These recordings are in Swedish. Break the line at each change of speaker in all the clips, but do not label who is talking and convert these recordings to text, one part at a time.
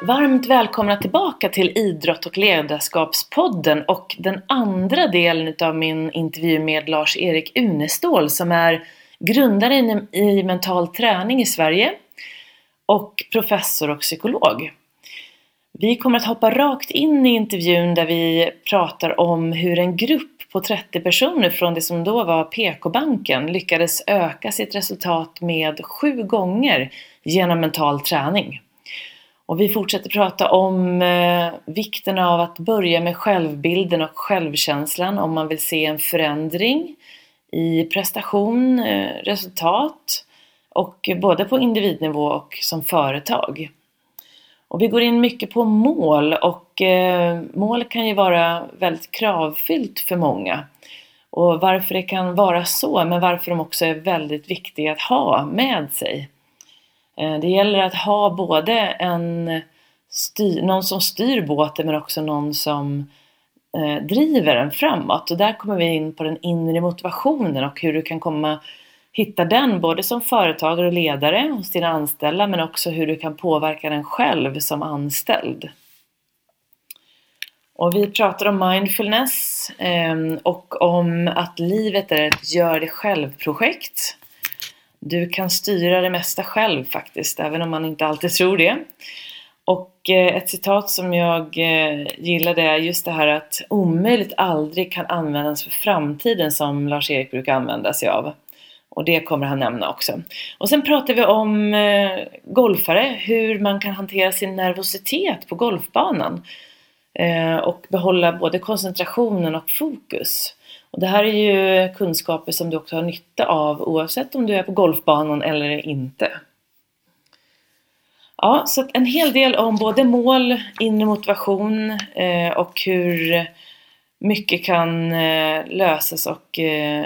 Varmt välkomna tillbaka till Idrott- och ledarskapspodden och den andra delen av min intervju med Lars-Erik Unestål som är grundare i mental träning i Sverige och professor och psykolog. Vi kommer att hoppa rakt in i intervjun där vi pratar om hur en grupp på 30 personer från det som då var PK-banken lyckades öka sitt resultat med 7 gånger genom mental träning. Och vi fortsätter prata om vikten av att börja med självbilden och självkänslan om man vill se en förändring i prestation, resultat och både på individnivå och som företag. Och vi går in mycket på mål och mål kan ju vara väldigt kravfyllt för många. Och varför det kan vara så, men varför de också är väldigt viktiga att ha med sig. Det gäller att ha både någon som styr båten men också någon som driver den framåt. Och där kommer vi in på den inre motivationen och hur du kan hitta den både som företagare och ledare hos dina anställda men också hur du kan påverka den själv som anställd. Och vi pratar om mindfulness och om att livet är ett gör det själv-projekt. Du kan styra det mesta själv faktiskt, även om man inte alltid tror det. Och ett citat som jag gillade är just det här att omöjligt aldrig kan användas för framtiden som Lars-Erik brukar använda sig av. Och det kommer han nämna också. Och sen pratar vi om golfare, hur man kan hantera sin nervositet på golfbanan. Och behålla både koncentrationen och fokus. Och det här är ju kunskaper som du också har nytta av oavsett om du är på golfbanan eller inte. Ja, så att en hel del om både mål, inre motivation och hur mycket kan lösas och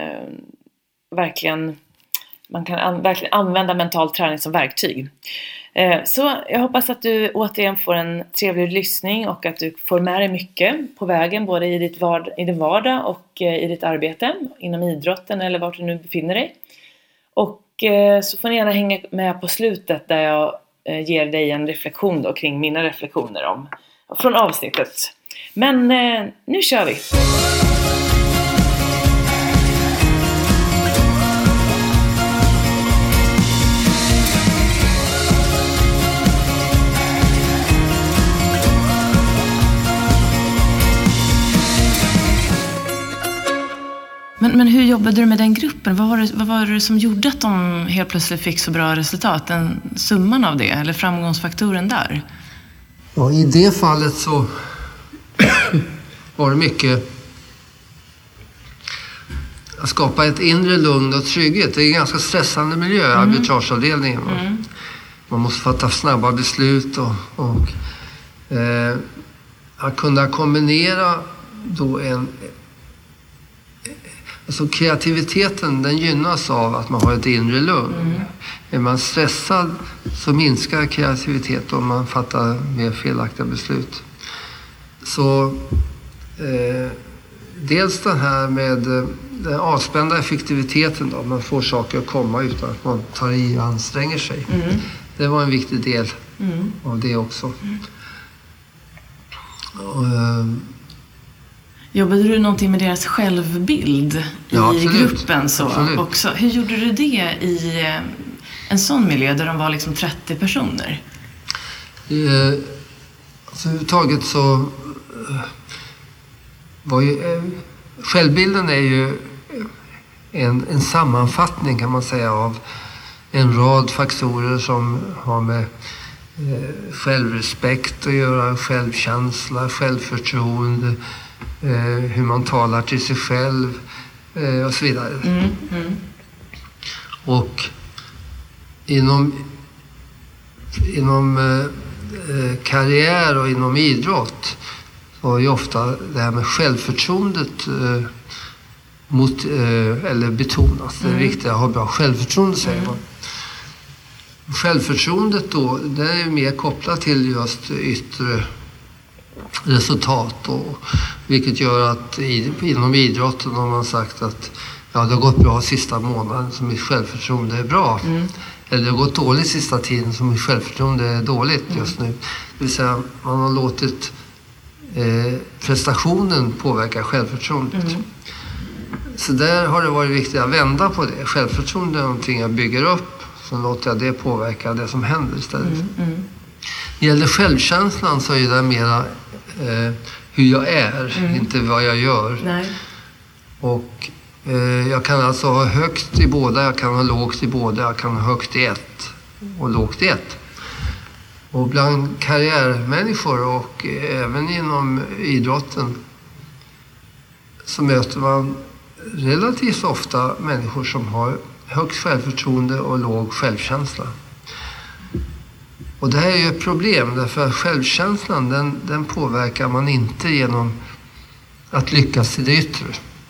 man kan verkligen använda mental träning som verktyg. Så jag hoppas att du återigen får en trevlig lyssning och att du får med dig mycket på vägen både i din vardag och i ditt arbete inom idrotten eller vart du nu befinner dig. Och så får ni gärna hänga med på slutet där jag ger dig en reflektion då kring mina reflektioner från avsnittet. Men nu kör vi! Men hur jobbade du med den gruppen? Vad var det som gjorde att de helt plötsligt fick så bra resultat? Summan av det, eller framgångsfaktoren där?
Ja, i det fallet så var det mycket att skapa ett inre lugn och trygghet. Det är en ganska stressande miljö, arbitrageavdelningen. Man måste fatta snabba beslut och att kunna kombinera då alltså kreativiteten, den gynnas av att man har ett inre lugn. Är man stressad så minskar kreativitet om man fattar mer felaktiga beslut. Så dels den här med den avspända effektiviteten då, man får saker att komma utan att man tar i och anstränger sig. Det var en viktig del av det också.
Jobbade du någonting med deras självbild i gruppen så också? Hur gjorde du det i en sån miljö där de var liksom 30 personer?
Alltså överhuvudtaget så var ju självbilden är ju en sammanfattning kan man säga av en rad faktorer som har med självrespekt att göra, självkänsla, självförtroende, hur man talar till sig själv och så vidare. Och inom karriär och inom idrott så är ju ofta det här med självförtroendet eller betonas. Det är viktigt att ha bra självförtroende, säger man. Självförtroendet då, det är mer kopplat till just yttre resultat, vilket gör att inom idrotten har man sagt att det har gått bra sista månaden så mitt självförtroende är bra. eller det har gått dåligt sista tiden, som självförtroende är dåligt just nu. Det vill säga man har låtit prestationen påverka självförtroendet. Så där har det varit viktigt att vända på det. Självförtroende är någonting jag bygger upp, så låter jag det påverka det som händer istället. När det gäller självkänslan så är det mera hur jag är, inte vad jag gör.
Nej.
Och jag kan alltså ha högt i båda, jag kan ha lågt i båda, jag kan ha högt i ett och lågt i ett. Och bland karriärmänniskor och även inom idrotten så möter man relativt ofta människor som har högt självförtroende och låg självkänsla. Och det här är ju ett problem, därför att självkänslan den påverkar man inte genom att lyckas i det yttre.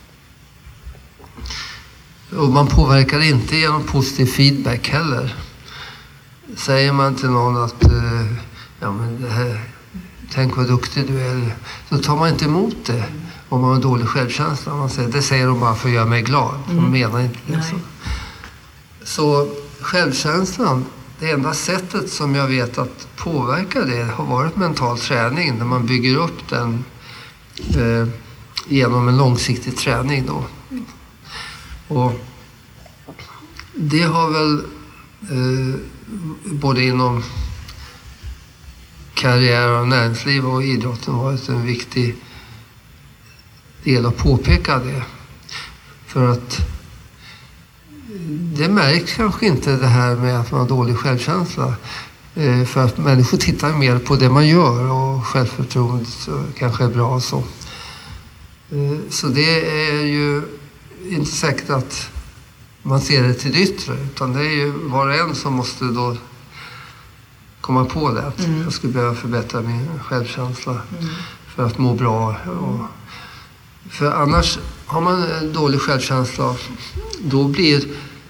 Och man påverkar inte genom positiv feedback heller. Säger man till någon att ja, men det här, tänk vad duktig du är, så tar man inte emot det om man har en dålig självkänsla. Man säger, det säger de bara för att göra mig glad. De menar inte det. Så självkänslan, det enda sättet som jag vet att påverka det har varit mental träning, när man bygger upp den genom en långsiktig träning då. Och det har väl både inom karriär och näringsliv och idrotten varit en viktig del att påpeka det. För att det märks kanske inte det här med att man har dålig självkänsla. För att människor tittar mer på det man gör och självförtroendet kanske är bra och så. Så det är ju inte säkert att man ser det till det yttre, utan det är ju var och en som måste då komma på det. Att jag skulle behöva förbättra min självkänsla för att må bra. För annars har man en dålig självkänsla, då blir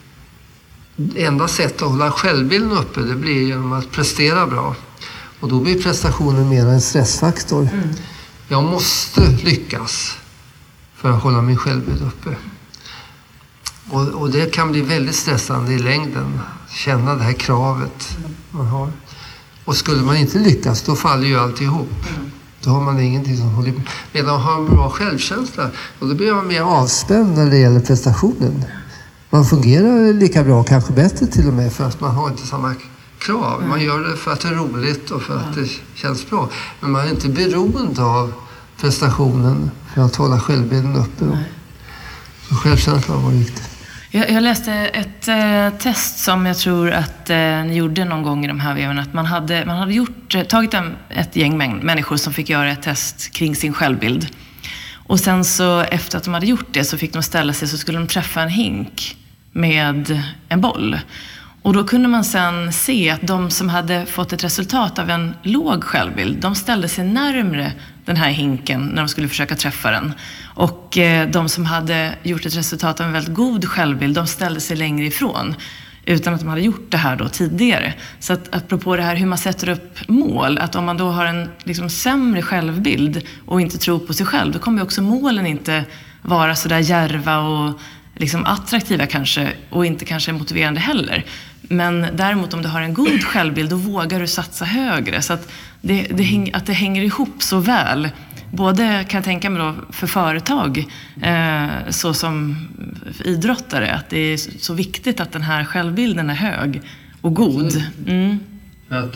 det enda sättet att hålla självbilden uppe, det blir genom att prestera bra. Och då blir prestationen mer en stressfaktor. Jag måste lyckas för att hålla min självbild uppe. Och det kan bli väldigt stressande i längden. Känna det här kravet man har. Och skulle man inte lyckas, då faller ju alltihop. Då har man ingenting som håller på. Medan man har en bra självkänsla, och då blir man mer avspänd när det gäller prestationen. Man fungerar lika bra, kanske bättre till och med, för att man har inte samma krav. Man gör det för att det är roligt och för att det känns bra. Men man är inte beroende av prestationen för att hålla självbilden uppe. Så självkänslan var viktigt.
Jag läste ett test som jag tror att ni gjorde någon gång i de här vevorna. Att man hade tagit ett gäng människor som fick göra ett test kring sin självbild. Och sen så efter att de hade gjort det så fick de ställa sig, så skulle de träffa en hink med en boll. Och då kunde man sen se att de som hade fått ett resultat av en låg självbild, de ställde sig närmare den här hinken när de skulle försöka träffa den. Och de som hade gjort ett resultat av en väldigt god självbild, de ställde sig längre ifrån, utan att de hade gjort det här då tidigare. Så att apropå det här hur man sätter upp mål, att om man då har en liksom sämre självbild och inte tror på sig själv, då kommer ju också målen inte vara så där djärva och liksom attraktiva kanske, och inte kanske motiverande heller. Men däremot om du har en god självbild, då vågar du satsa högre. Så att det hänger ihop så väl. Både kan jag tänka mig då för företag, så som idrottare, att det är så viktigt att den här självbilden är hög och god.
För att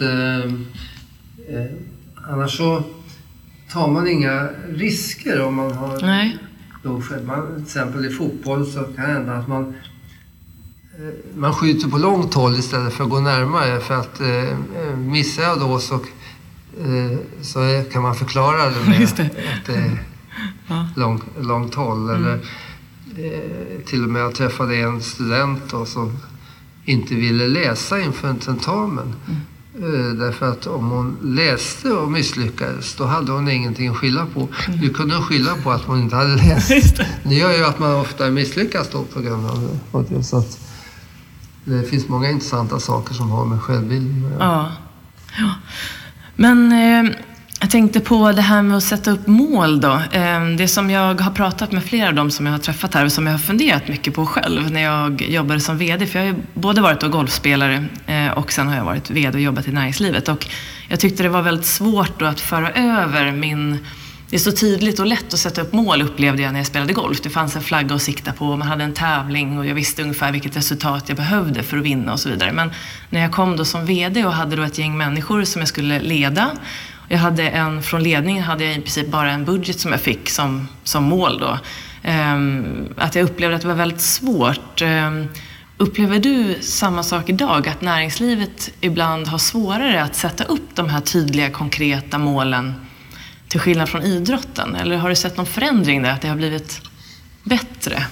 annars så tar man inga risker om man har...
Nej.
Till exempel i fotboll så kan det hända att man skjuter på långt håll istället för att gå närmare, för att missar jag då så kan man förklara det med att det är långt håll. Eller till och med jag träffade en student då, som inte ville läsa inför en tentamen. Därför att om hon läste och misslyckades, då hade hon ingenting att skylla på. Du kunde skylla på att hon inte hade läst. Det gör ju att man ofta misslyckas då på grund av det. Så att det finns många intressanta saker som har med självbildning att göra.
Ja. Men Jag tänkte på det här med att sätta upp mål då. Det som jag har pratat med flera av dem som jag har träffat här och som jag har funderat mycket på själv när jag jobbade som vd. För jag har ju både varit golfspelare och sen har jag varit vd och jobbat i näringslivet. Och jag tyckte det var väldigt svårt då att föra över Det är så tydligt och lätt att sätta upp mål, upplevde jag när jag spelade golf. Det fanns en flagga att sikta på, man hade en tävling och jag visste ungefär vilket resultat jag behövde för att vinna och så vidare. Men när jag kom då som vd och hade då ett gäng människor som jag skulle leda. Från ledningen hade jag i princip bara en budget som jag fick som mål då. Att jag upplevde att det var väldigt svårt. Upplever du samma sak idag? Att näringslivet ibland har svårare att sätta upp de här tydliga, konkreta målen till skillnad från idrotten? Eller har du sett någon förändring där, att det har blivit bättre?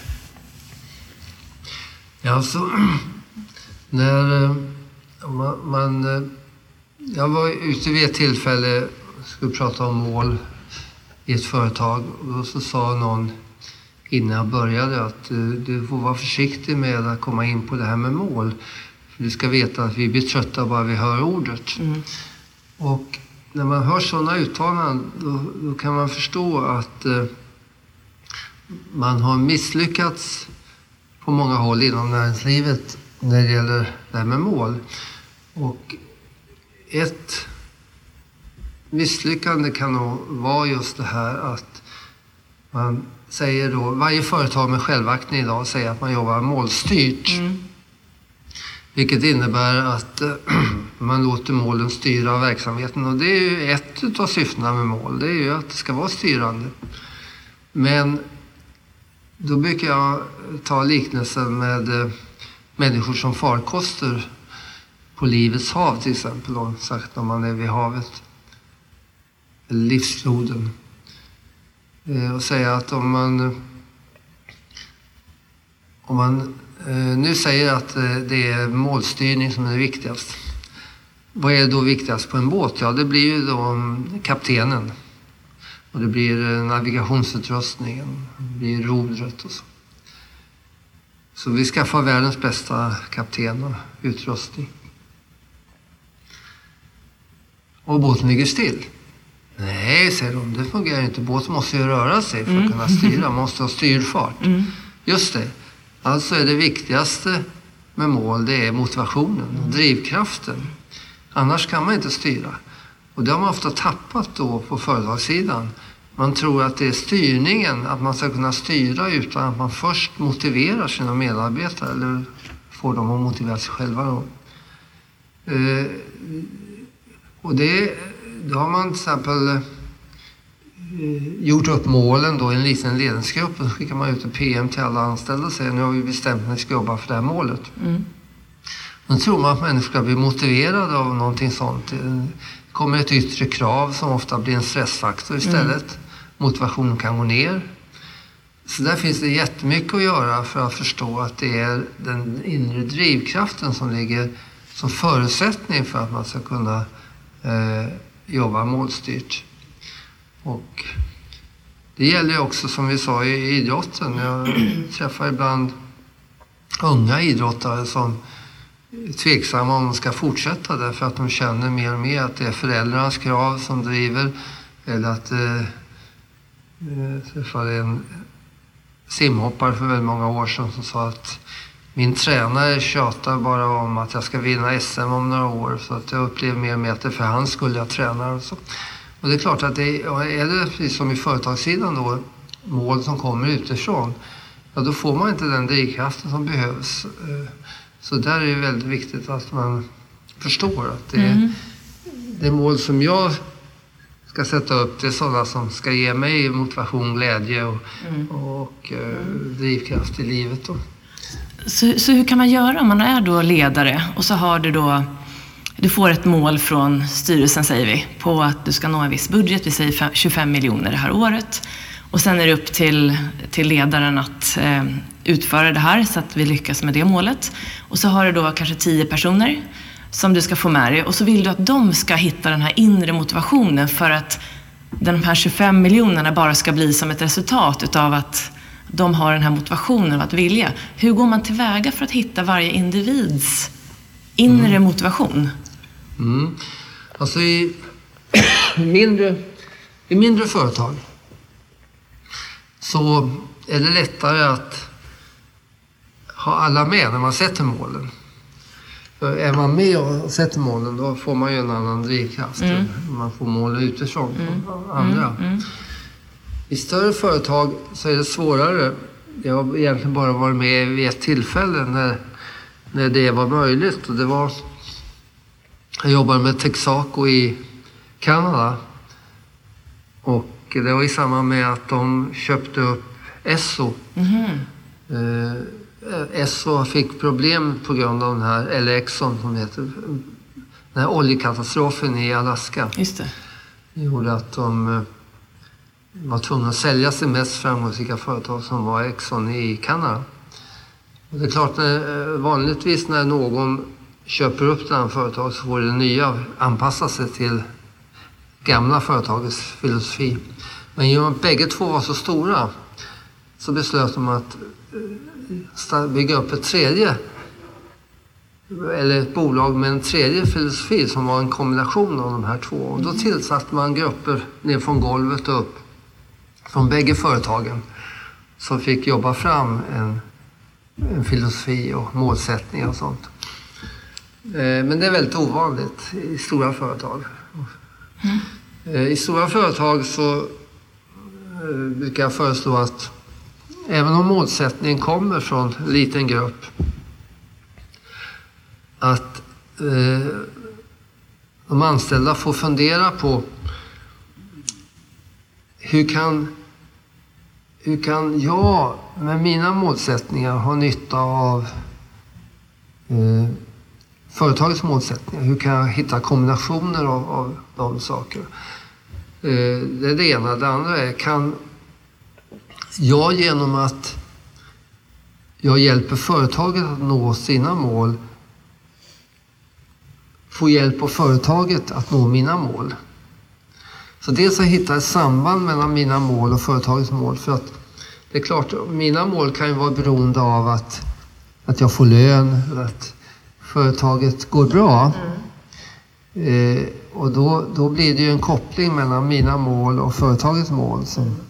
Ja, så när jag var ute vid ett tillfälle och skulle prata om mål i ett företag och då så sa någon innan jag började att du får vara försiktig med att komma in på det här med mål. För du ska veta att vi blir trötta bara vi hör ordet. Och när man hör sådana uttalanden då kan man förstå att man har misslyckats på många håll inom näringslivet när det gäller det här med mål. Och ett misslyckande kan nog vara just det här att man säger då, varje företag med självaktning idag säger att man jobbar målstyrt. Vilket innebär att man låter målen styra verksamheten. Och det är ju ett av syftena med mål. Det är ju att det ska vara styrande. Men då brukar jag ta liknelsen med människor som farkoster på livets hav till exempel. Särskilt när man är vid havet. Eller livsfloden. Och säga att om man nu säger att det är målstyrning som är det viktigast. Vad är då viktigast på en båt? Ja, det blir ju då kaptenen. Och det blir navigationsutrustningen. Det blir rodret och så. Så vi skaffar världens bästa kapten och utrustning. Och båten ligger still. Nej, säger de, det fungerar inte. Båten måste ju röra sig för att kunna styra. Man måste ha styrfart. Just det. Alltså är det viktigaste med mål, det är motivationen, drivkraften. Annars kan man inte styra. Och det har man ofta tappat då på företagssidan. Man tror att det är styrningen, att man ska kunna styra utan att man först motiverar sina medarbetare eller får dem att motivera sig själva då. Och då har man till exempel gjort upp målen då i en liten ledningsgrupp och så skickar man ut en PM till alla anställda och säger nu har vi bestämt att vi ska jobba för det här målet. Men tror man att människor ska bli motiverade av någonting sånt. Det kommer ett yttre krav som ofta blir en stressfaktor istället. Motivationen kan gå ner. Så där finns det jättemycket att göra för att förstå att det är den inre drivkraften som ligger som förutsättning för att man ska kunna jobba målstyrt. Och det gäller ju också som vi sa i idrotten. Jag träffar ibland unga idrottare som är tveksamma om de ska fortsätta därför att de känner mer och mer att det är föräldrarnas krav som driver. Eller att jag träffade en simhoppare för väldigt många år sedan som sa att min tränare tjatar bara om att jag ska vinna SM om några år så att jag upplever mer och mer att det för hans skull jag tränar och så. Och det är klart att är det precis som i företagssidan då, mål som kommer utifrån, ja då får man inte den drivkraften som behövs. Så där är det väldigt viktigt att man förstår att det mål som jag ska sätta upp, det är sådana som ska ge mig motivation, glädje och drivkraft i livet då.
Så hur kan man göra om man är då ledare och så har du får ett mål från styrelsen säger vi på att du ska nå en viss budget, vi säger 25 miljoner det här året och sen är det upp till ledaren att utföra det här så att vi lyckas med det målet och så har du då kanske 10 personer som du ska få med dig och så vill du att de ska hitta den här inre motivationen för att de här 25 miljonerna bara ska bli som ett resultat utav att de har den här motivationen av att vilja. Hur går man tillväga för att hitta varje individs inre motivation?
Alltså i mindre företag så är det lättare att ha alla med när man sätter målen. För är man med och sätter målen, då får man ju en annan drivkraft. Man får mål utifrån från andra. I större företag så är det svårare. Jag har egentligen bara varit med vid ett tillfälle när det var möjligt. Och jag jobbade med Texaco i Kanada. Och det var i samband med att de köpte upp Esso. Esso fick problem på grund av den här, eller Exxon som heter, den här oljekatastrofen i Alaska.
Just det.
Det gjorde att de var tvungna att sälja sin mest framgångsrika företag som var Exxon i Kanada. Och det är klart, vanligtvis när någon köper upp det här företaget så får det nya anpassa sig till gamla företagets filosofi. Men genom att bägge två var så stora så beslöt de att bygga upp ett tredje, eller ett bolag med en tredje filosofi som var en kombination av de här två. Och då tillsatte man grupper ner från golvet upp från bägge företagen som fick jobba fram en filosofi och målsättning och sånt. Men det är väldigt ovanligt i stora företag. I stora företag så brukar jag föreslå att även om målsättningen kommer från en liten grupp, att de anställda får fundera på hur kan jag med mina målsättningar ha nytta av företagets målsättningar? Hur kan jag hitta kombinationer av de saker? Det är det ena. Det andra är, kan jag genom att jag hjälper företaget att nå sina mål få hjälp av företaget att nå mina mål? Så dels att hitta ett samband mellan mina mål och företagets mål. För att det är klart, mina mål kan ju vara beroende av att jag får lön, att företaget går bra. Och då blir det ju en koppling mellan mina mål och företagets mål.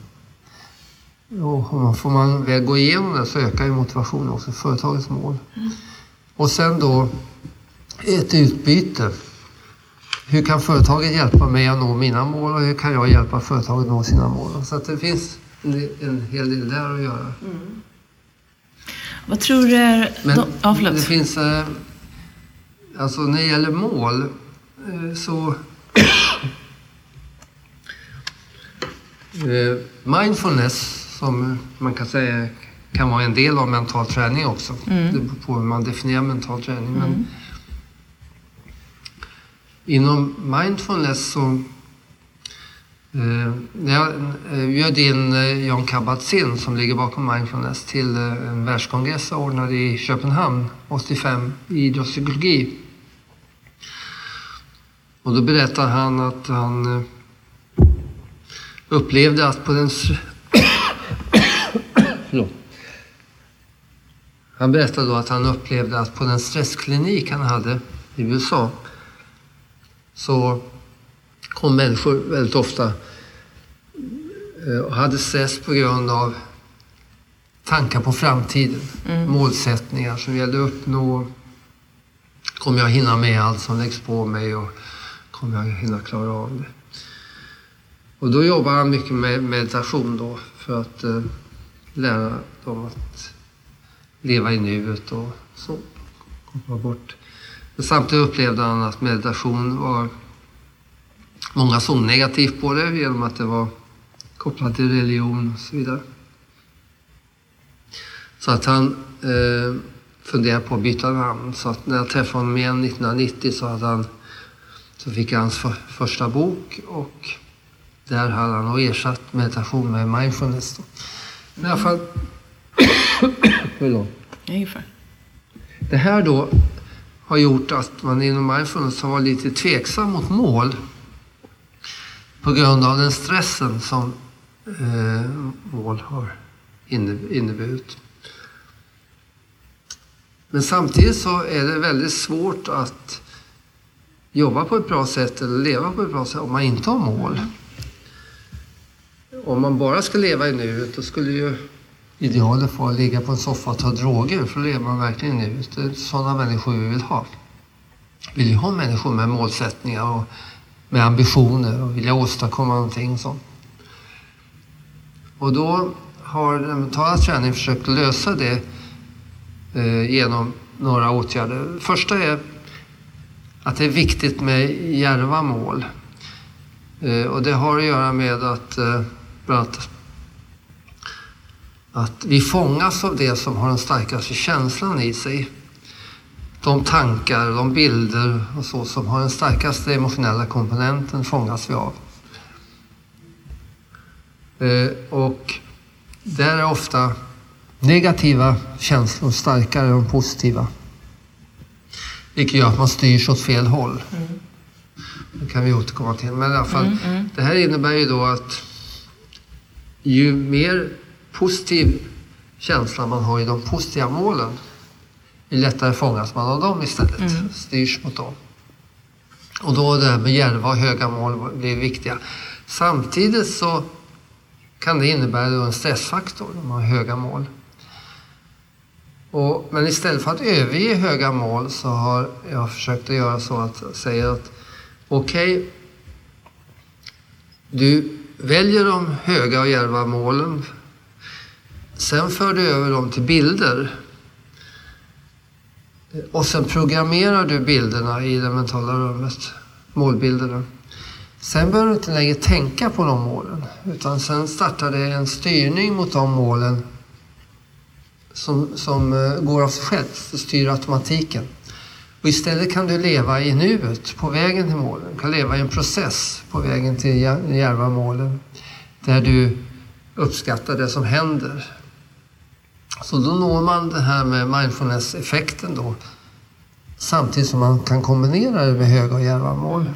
Och får man väl gå igenom det så ökar ju motivationen också, företagets mål. Och sen då ett utbyte. Hur kan företaget hjälpa mig att nå mina mål och hur kan jag hjälpa företaget att nå sina mål? Så att det finns en hel del där att göra.
Vad tror du är...
Men det finns... Alltså när det gäller mål så... mindfulness, som man kan säga kan vara en del av mental träning också. Det beror på hur man definierar mental träning. Men inom mindfulness så jag bjöd in Jon Kabat-Zinn som ligger bakom mindfulness till en världskongress ordnad i Köpenhamn 85 i idrottspsykologi. Och då berättade han att han upplevde att på den han berättade då att han upplevde att på den stressklinik han hade i USA så kom människor väldigt ofta och hade stress på grund av tankar på framtiden, målsättningar som gällde att uppnå. Kommer jag hinna med allt som läggs på mig och kommer jag hinna klara av det? Och då jobbar han mycket med meditation då för att lära dem att leva i nuet och så komma bort. Men samtidigt upplevde han att meditation var, många såg negativt på det genom att det var kopplat till religion och så vidare. Så att han funderade på att byta namn. Så att när jag träffade honom igen 1990 så fick jag hans första bok och där hade han ersatt meditation med mindfulness. Men i alla fall... Det här då har gjort att man inom mindfulness har varit lite tveksam mot mål på grund av den stressen som mål har inneburit. Men samtidigt så är det väldigt svårt att jobba på ett bra sätt eller leva på ett bra sätt om man inte har mål. Om man bara ska leva i nuet, då skulle ju idealet få att ligga på en soffa och ta droger, för då lever man verkligen i nuet. Det är sådana människor vi vill ha. Vi vill ju ha människor med målsättningar och med ambitioner och vilja åstadkomma någonting sånt. Och då har den mentala träningen försökt lösa det genom några åtgärder. Första är att det är viktigt med djärva mål. Och det har att göra med att, att vi fångas av det som har den starkaste känslan i sig. De tankar, de bilder och så som har den starkaste emotionella komponenten fångas vi av. Och där är ofta negativa känslor starkare än positiva. Vilket gör att man styrs åt fel håll. Det kan vi återkomma till. Men i alla fall, det här innebär ju då att ju mer positiv känsla man har i de positiva målen, ju lättare fångas man av dem istället. Styrs mot dem. Och då det här med djärva och höga mål blir viktiga. Samtidigt så kan det innebära då en stressfaktor om man har höga mål. Men istället för att överge höga mål så har jag försökt att göra så att säga att okej, du väljer de höga och djärva målen. Sen för du över dem till bilder. Och sen programmerar du bilderna i det mentala rummet, målbilderna. Sen behöver du inte längre tänka på de målen, utan sen startar det en styrning mot de målen som går av sig själv, det styr automatiken. Och istället kan du leva i nuet på vägen till målen. Du kan leva i en process på vägen till djärva målen där du uppskattar det som händer. Så då når man det här med mindfulness-effekten då, samtidigt som man kan kombinera det med höga och djärva mål.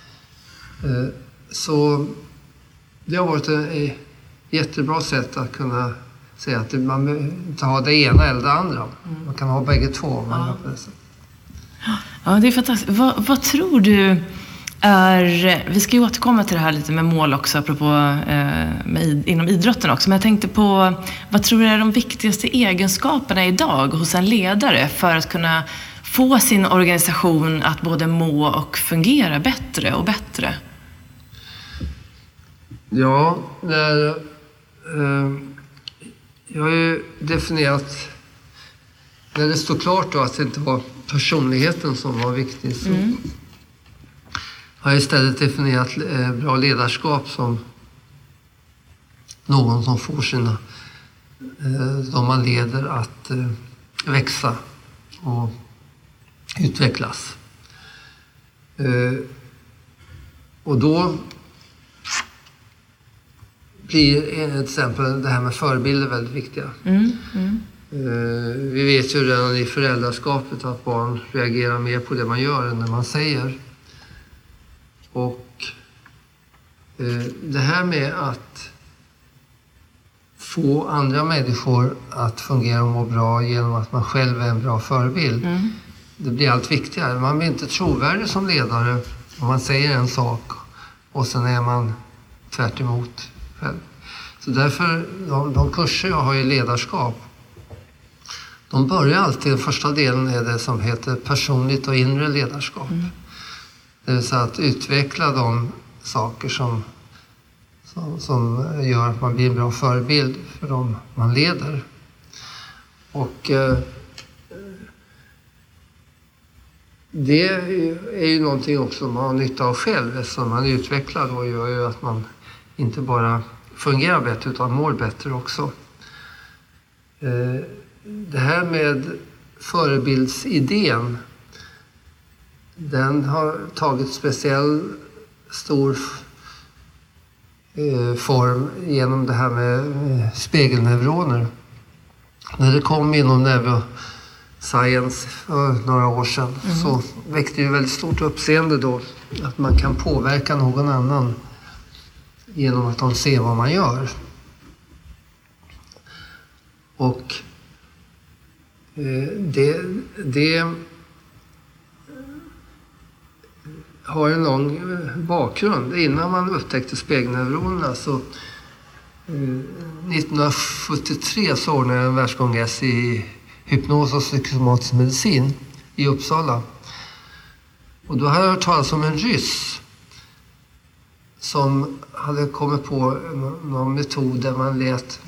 Så det har varit ett jättebra sätt att kunna säga att man inte har det ena eller det andra. Man kan ha bägge två om man gör på det sättet.
Ja, det är fantastiskt. Vad tror du är... Vi ska ju återkomma till det här lite med mål också, apropå inom idrotten också. Men jag tänkte på, vad tror du är de viktigaste egenskaperna idag hos en ledare för att kunna få sin organisation att både må och fungera bättre och bättre?
Ja, jag har ju definierat, när det står klart då att det inte var personligheten som var viktig, så har jag istället definierat bra ledarskap som någon som får sina, de man leder, att växa och utvecklas. Och då blir till exempel det här med förebilder väldigt viktiga. Vi vet ju redan i föräldraskapet att barn reagerar mer på det man gör än det man säger. Och det här med att få andra människor att fungera och må bra genom att man själv är en bra förebild, det blir allt viktigare. Man blir inte trovärdig som ledare om man säger en sak och sen är man tvärt emot själv. Så därför, de kurser jag har i ledarskap, de börjar alltid, den första delen är det som heter personligt och inre ledarskap. Det vill säga att utveckla de saker som gör att man blir en bra förebild för dem man leder. Och det är ju någonting också man har nytta av själv, eftersom man utvecklar och gör ju att man inte bara fungerar bättre utan mår bättre också. Det här med förebildsidén, den har tagit speciell stor form genom det här med spegelneuroner. När det kom inom neuroscience för några år sedan så väckte det väldigt stort uppseende då att man kan påverka någon annan genom att de ser vad man gör. Och har en lång bakgrund. Innan man upptäckte spegelneuronerna så 1973 så ordnade jag en världskongress i hypnos och psykosomatisk medicin i Uppsala. Och då hade jag hört talas om en ryss som hade kommit på någon metod där man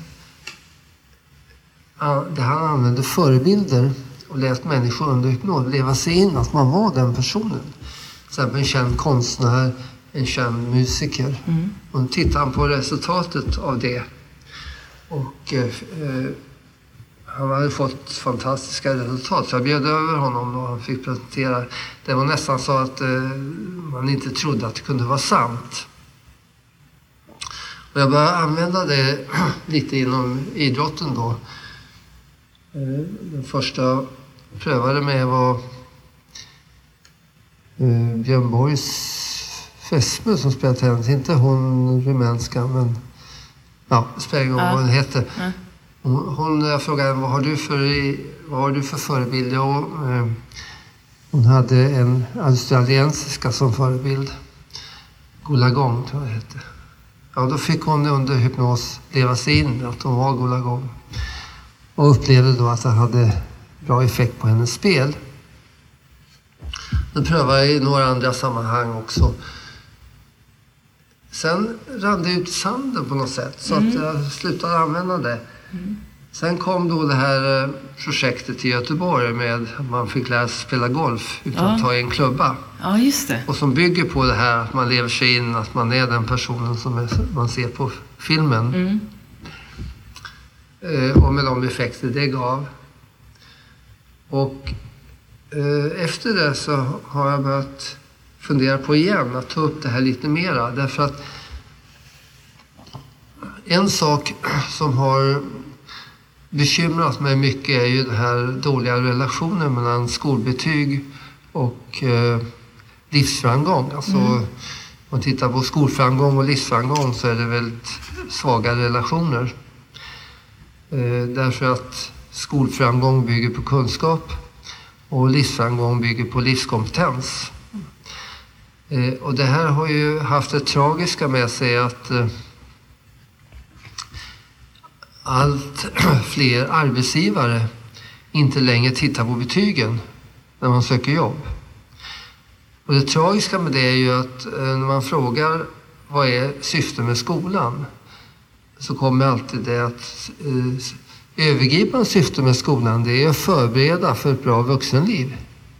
där han använde förebilder och lät människor under hypnos leva sig in att man var den personen. Till exempel en känd konstnär, en känd musiker. Och då tittade han på resultatet av det. Och han hade fått fantastiska resultat. Så jag bjöd över honom och han fick presentera. Det var nästan så att man inte trodde att det kunde vara sant. Och jag började använda det lite inom idrotten då. Den första jag prövade med var Björn Borgs fästmö som spelade tennis. Inte hon rumänska, men ja, det spelar ingen roll vad hon hette. Jag frågade vad har du för förebild? Och, hon hade en australiensiska som förebild. Gulagong tror jag det hette. Ja, då fick hon under hypnos leva sig in att hon var Gulagong. Och upplevde då att det hade bra effekt på hennes spel. Det prövade jag i några andra sammanhang också. Sen rann det ut sanden på något sätt så att jag slutade använda det. Sen kom då det här projektet i Göteborg med att man fick lära sig spela golf utan att ta i en klubba.
Ja, just det.
Och som bygger på det här att man lever sig in, att man är den personen som man ser på filmen. Och med de effekter det gav. Och efter det så har jag börjat fundera på igen att ta upp det här lite mera. Därför att en sak som har bekymrat mig mycket är ju den här dåliga relationen mellan skolbetyg och livsframgång. Alltså om man tittar på skolframgång och livsframgång så är det väldigt svaga relationer. Därför att skolframgång bygger på kunskap och livsframgång bygger på livskompetens. Och det här har ju haft det tragiska med sig att allt fler arbetsgivare inte längre tittar på betygen när man söker jobb. Och det tragiska med det är ju att när man frågar vad är syftet med skolan så kommer alltid det att övergripande syfte med skolan det är att förbereda för ett bra vuxenliv.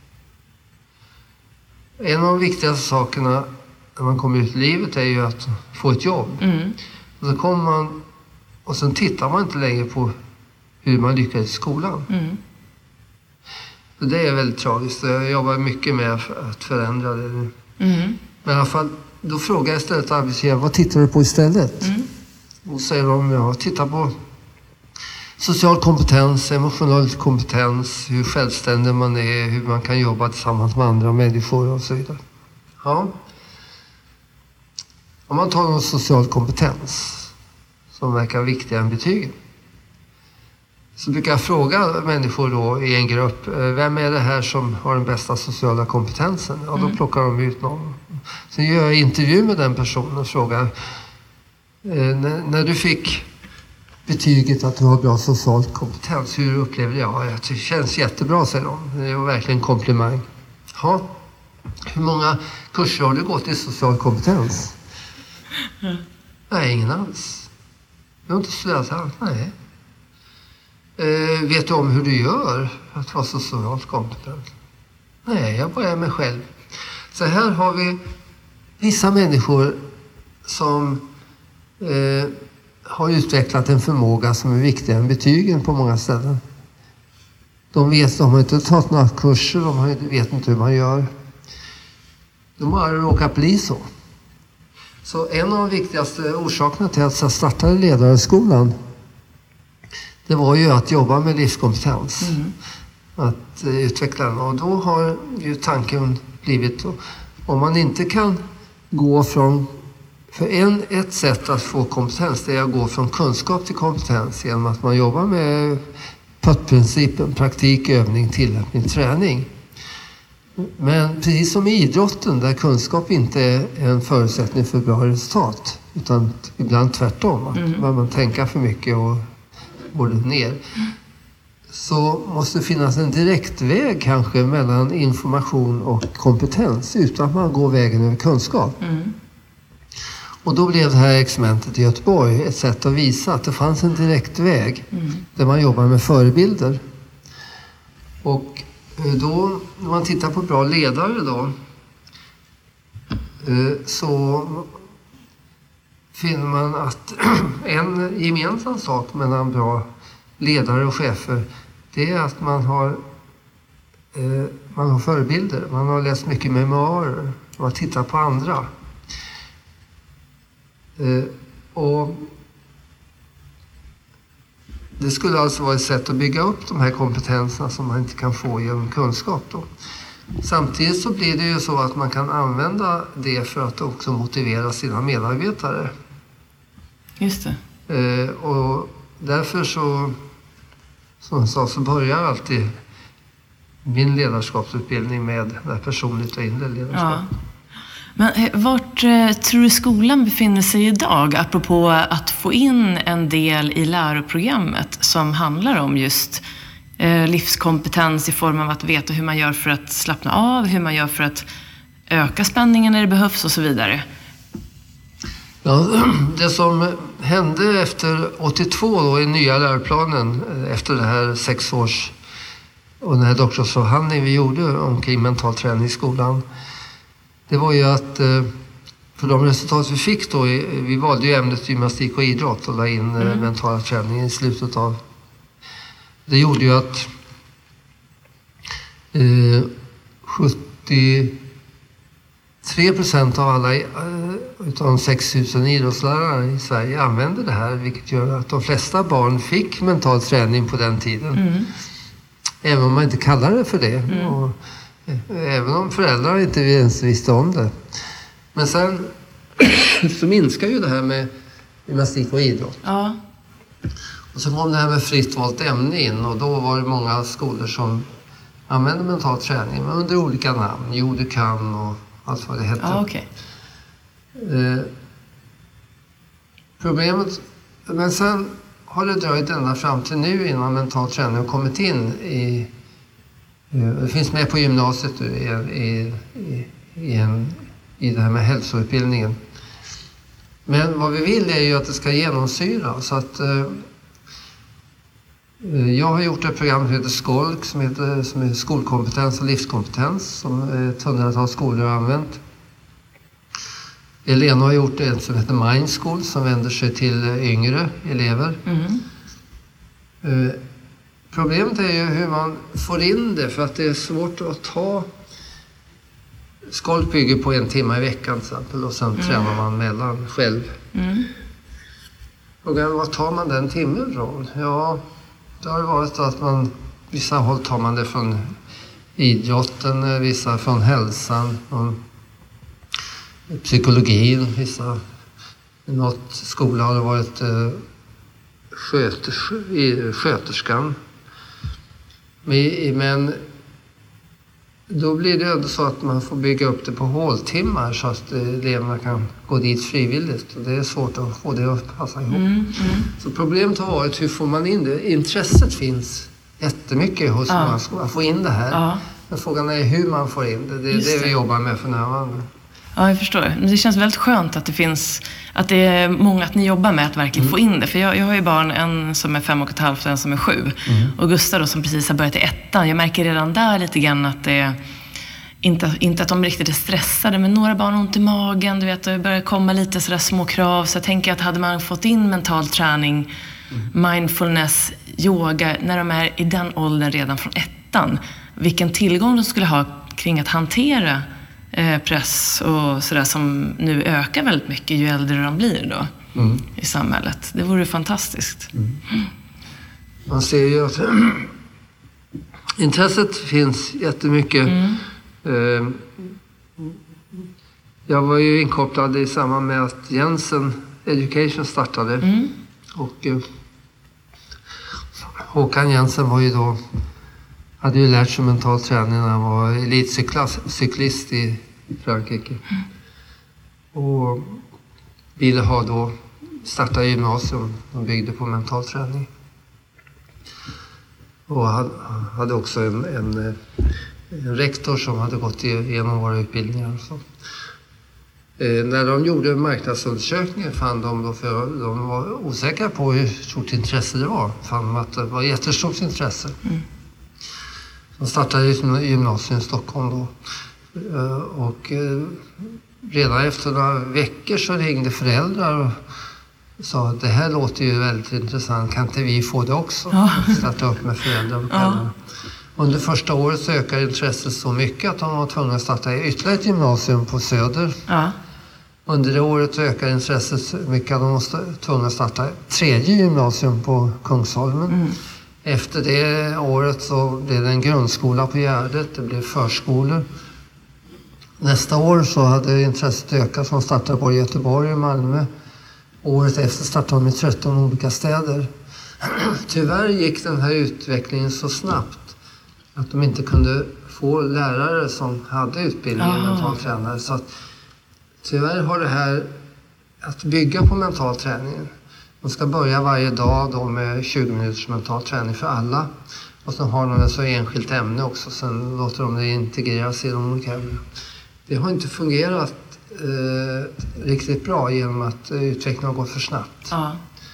En av de viktigaste sakerna när man kommer ut i livet är ju att få ett jobb. Och så kommer man och sen tittar man inte längre på hur man lyckas i skolan. Så det är väldigt tragiskt. Jag jobbar mycket med att förändra det nu. Men i alla fall, då frågar jag istället arbetsgivaren, vad tittar du på istället? Och säger de, jag tittar på social kompetens, emotionell kompetens, hur självständig man är, hur man kan jobba tillsammans med andra människor och så vidare. Ja. Om man tar någon social kompetens som verkar viktigare än betygen. Så brukar jag fråga människor då i en grupp, vem är det här som har den bästa sociala kompetensen? Ja, då plockar de ut någon. Sen gör jag intervju med den personen och frågar, när du fick betyget att du har bra social kompetens, hur upplever jag? Ja, det känns jättebra, säger de. Det är verkligen en komplimang. Ja. Hur många kurser har du gått i social kompetens? Nej, ingen alls. Jag har inte studerat allt, nej. Vet du om hur du gör för att vara socialt kompetent? Nej, jag bara är mig själv. Så här har vi vissa människor som har utvecklat en förmåga som är viktigare än betygen på många ställen. De har inte tagit några kurser, de vet inte hur man gör. De har råkat bli så. Så en av de viktigaste orsakerna till att jag startade ledarskolan det var ju att jobba med livskompetens. Att utveckla den. Och då har ju tanken blivit om man inte kan gå från... För ett sätt att få kompetens det är att gå från kunskap till kompetens genom att man jobbar med PÖT-principen, praktik, övning, tillämpning, träning. Men precis som i idrotten där kunskap inte är en förutsättning för bra resultat, utan ibland tvärtom, att man tänker för mycket och går ner, så måste det finnas en direktväg kanske mellan information och kompetens utan att man går vägen över kunskap. Och då blev det här experimentet i Göteborg ett sätt att visa att det fanns en direktväg där man jobbar med förebilder. Och då, när man tittar på bra ledare då, så finner man att en gemensam sak mellan bra ledare och chefer, det är att man har förebilder. Man har läst mycket memoarer. Man tittar på andra. Och det skulle alltså vara ett sätt att bygga upp de här kompetenserna som man inte kan få genom kunskap då. Samtidigt så blir det ju så att man kan använda det för att också motivera sina medarbetare.
Just det.
Och därför så, som jag sa, så börjar alltid min ledarskapsutbildning med det personligt och inre ledarskap.
Ja. Men vart tror du skolan befinner sig idag, apropå att få in en del i läroprogrammet som handlar om just livskompetens i form av att veta hur man gör för att slappna av, hur man gör för att öka spänningen när det behövs och så vidare?
Ja, det som hände efter 82 då i nya läroplanen, efter det här 6 års och den här doktorsavhandling vi gjorde omkring mental träning i skolan, det var ju att för de resultat vi fick då, vi valde ju ämnet gymnastik och idrott och la in mentala träning i slutet av. Det gjorde ju att 73% av alla utav 6 000 idrottslärare i Sverige använde det här, vilket gör att de flesta barn fick mental träning på den tiden. Även om man inte kallar det för det. Och även om föräldrar inte ens visste om det. Men sen så minskar ju det här med gymnastik och idrott.
Ja.
Och så kom det här med fritt valt ämne in, och då var det många skolor som använde mental träning men under olika namn. Jo, du kan och allt vad det hette.
Ja, okay.
Problemet, men sen har det dröjt ända fram till nu innan mental träning har kommit in i det finns med på gymnasiet i det här med hälsoutbildningen. Men vad vi vill är ju att det ska genomsyra. Så att, jag har gjort ett program som heter SKOLK som är skolkompetens och livskompetens som ett 100-tal skolor har använt. Elena har gjort ett som heter Mindschool som vänder sig till yngre elever. Problemet är ju hur man får in det, för att det är svårt att ta. Skolk bygger på 1 timme i veckan till exempel, och sen tränar man mellan själv. Frågan, vad tar man den timmen från? Ja, det har varit att vissa håll tar man det från idrotten, vissa från hälsan, från psykologin, vissa. I något skola har det varit sköterskan. Men då blir det ändå så att man får bygga upp det på håltimmar så att eleverna kan gå dit frivilligt. Och det är svårt att få det att passa ihop. Så problemet har varit, hur får man in det? Intresset finns jättemycket hos man ska få in det här. Men frågan är hur man får in det. Det är det vi jobbar med för närvarande.
Ja, jag förstår. Men det känns väldigt skönt att att det är många att ni jobbar med att verkligen få in det. För jag har ju barn, en som är 5,5 och en som är 7. Och Gustav då, som precis har börjat i 1:an. Jag märker redan där lite grann att det är inte att de riktigt är stressade, men några barn har ont i magen. Du vet, det börjar komma lite sådär små krav. Så jag tänker att hade man fått in mental träning, mindfulness, yoga, när de är i den åldern redan från 1:an. Vilken tillgång de skulle ha kring att hantera press och sådär som nu ökar väldigt mycket ju äldre de blir då i samhället. Det vore fantastiskt.
Man ser ju att intresset finns jättemycket. Jag var ju inkopplad i samband med att Jensen Education startade. Och Håkan Jensen var ju då, hade ju lärt sig mental träning när han var elitcyklist i Frankrike. Och ville ha då starta gymnasium och byggde på mental träning. Och han hade också en rektor som hade gått igenom våra utbildningar och så. När de gjorde marknadsundersökningar fann de då, för de var osäkra på hur stort intresse det var. Fann de att det var jättestort intresse. De startade i gymnasium i Stockholm då. Och redan efter några veckor så ringde föräldrar och sa att det här låter ju väldigt intressant. Kan inte vi få det också?
Ja.
Starta upp med föräldrar och kvällarna. Under första året så ökade intresset så mycket att de var tvungna att starta ytterligare ett gymnasium på Söder.
Ja.
Under det året ökade intresset så mycket att de var tvungna att starta tredje gymnasium på Kungsholmen. Efter det året så blev det en grundskola på Gärdet, det blev förskolor. Nästa år så hade intresset ökat, som startade både i Göteborg och Malmö. Året efter startade de i 13 olika städer. Tyvärr gick den här utvecklingen så snabbt att de inte kunde få lärare som hade utbildning i mental tränare. Så att, tyvärr har det här att bygga på mental träning. De ska börja varje dag då med 20 minuters mental träning för alla. Och sen har de ett så enskilt ämne också. Sen låter de det integreras i de olika ämnen. Det har inte fungerat riktigt bra genom att utvecklingen har gått för snabbt.
Ja.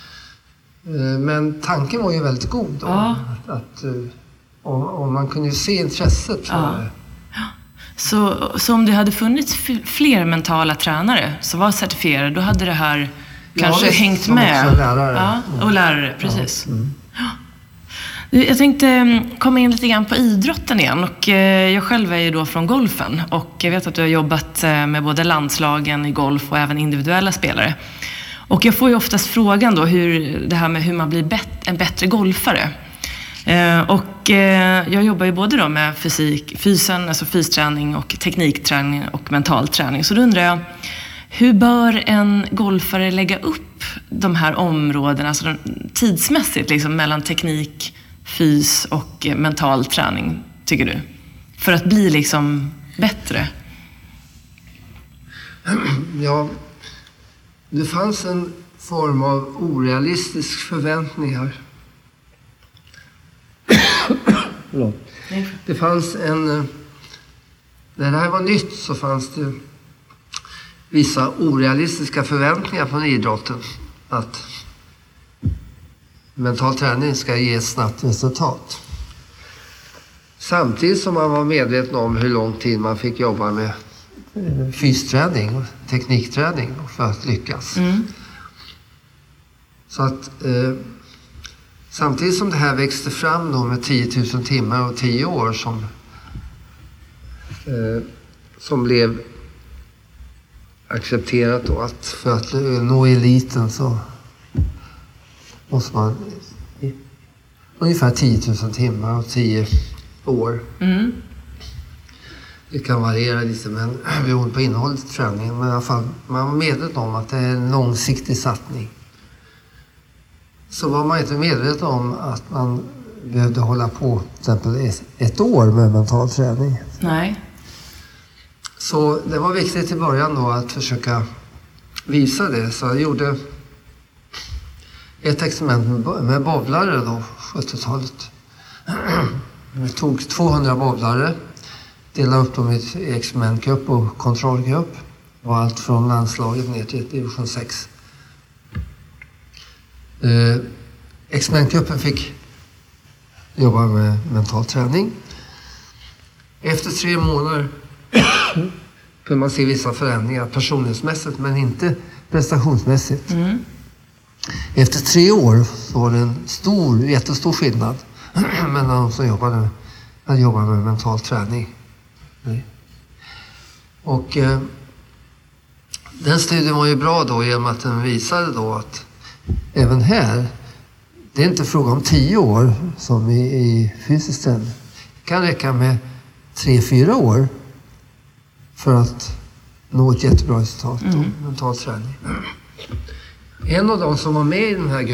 Men tanken var ju väldigt god då.
Ja.
Och man kunde ju se intresset för det.
Så om det hade funnits fler mentala tränare som var certifierade, då hade det här kanske hängt med.
Också lärare.
Ja, och lärare, precis. Jag tänkte komma in lite grann på idrotten igen. Och jag själv är ju då från golfen. Och jag vet att du har jobbat med både landslagen i golf och även individuella spelare. Och jag får ju oftast frågan då det här med hur man blir en bättre golfare. Och jag jobbar ju både då med alltså fysträning och teknikträning och mental träning. Så då undrar jag, hur bör en golfare lägga upp de här områdena alltså tidsmässigt liksom, mellan teknik, fys och mental träning, tycker du? För att bli liksom bättre?
Ja, det fanns en form av orealistisk förväntningar. Det fanns när det här var nytt så fanns det vissa orealistiska förväntningar från idrotten att mental träning ska ge ett snabbt resultat. Samtidigt som man var medveten om hur lång tid man fick jobba med fysträning och teknikträning för att lyckas. Så att samtidigt som det här växte fram då med 10 000 timmar och 10 år som blev accepterat då att för att nå eliten så måste man ungefär 10 000 timmar och 10 år. Det kan variera lite men beroende på innehållet i träningen, men i alla fall man var medveten om att det är en långsiktig satsning. Så var man inte medveten om att man behövde hålla på till exempel ett år med mental träning.
Nej.
Så det var viktigt i början då att försöka visa det. Så jag gjorde ett experiment med bowlare då, 70-talet. Vi tog 200 bowlare, delade upp dem i experimentgrupp och kontrollgrupp. Det var allt från landslaget ner till division 6. Experimentgruppen fick jobba med mental träning. Efter 3 månader kunde man se vissa förändringar personlighetsmässigt men inte prestationsmässigt. Efter 3 år så var det en jättestor skillnad mellan de som jobbade med mental träning. Och den studien var ju bra då genom att den visade då att även här, det är inte fråga om 10 år som i fysisk träning. Det kan räcka med 3-4 år för att nå ett jättebra resultat av mental träning. En av de som var med i den här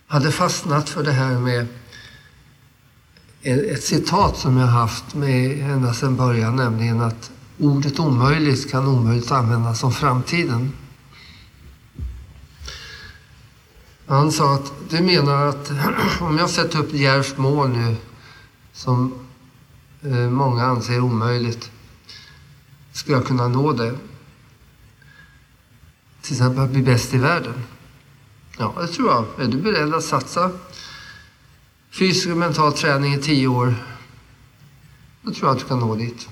hade fastnat för det här med ett citat som jag haft med ända sedan början, nämligen att ordet omöjligt kan omöjligt användas som framtiden. Han sa att du menar att om jag sätter upp ett djärvt mål nu som många anser omöjligt, ska jag kunna nå det. Till exempel att bli bäst i världen. Ja, det tror jag. Är du beredd att satsa fysisk och mental träning i 10 år, då tror jag att du kan nå dit.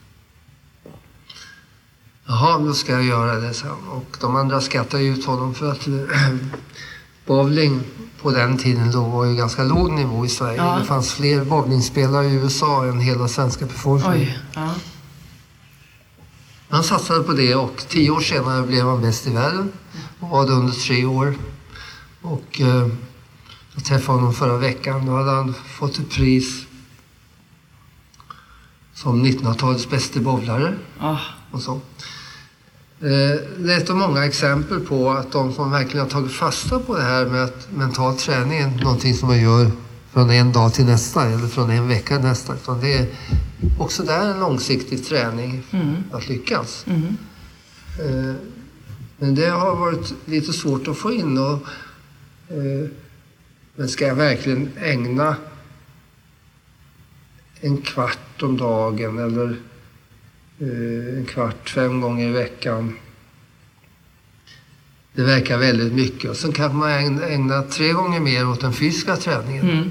Jaha, då ska jag göra det sen. Och de andra skrattar ut honom för att bowling på den tiden då var ju ganska låg nivå i Sverige. Ja. Det fanns fler bowlingspelare i USA än hela svenska befolkningen. Oj, ja. Han satsade på det och 10 år senare blev han bäst i världen. Och var det under 3 år. Och jag träffade honom förra veckan. Då hade han fått ett pris som 1900-talets bästa bowlare. Och så. Det är ett av många exempel på att de som verkligen har tagit fasta på det här med att mental träning är någonting som man gör från en dag till nästa eller från en vecka till nästa. Utan det är också där en långsiktig träning att lyckas. Men det har varit lite svårt att få in. Men ska jag verkligen ägna en kvart om dagen eller en kvart 5 gånger i veckan? Det verkar väldigt mycket. Och sen kan man ägna 3 gånger mer åt den fysiska träningen.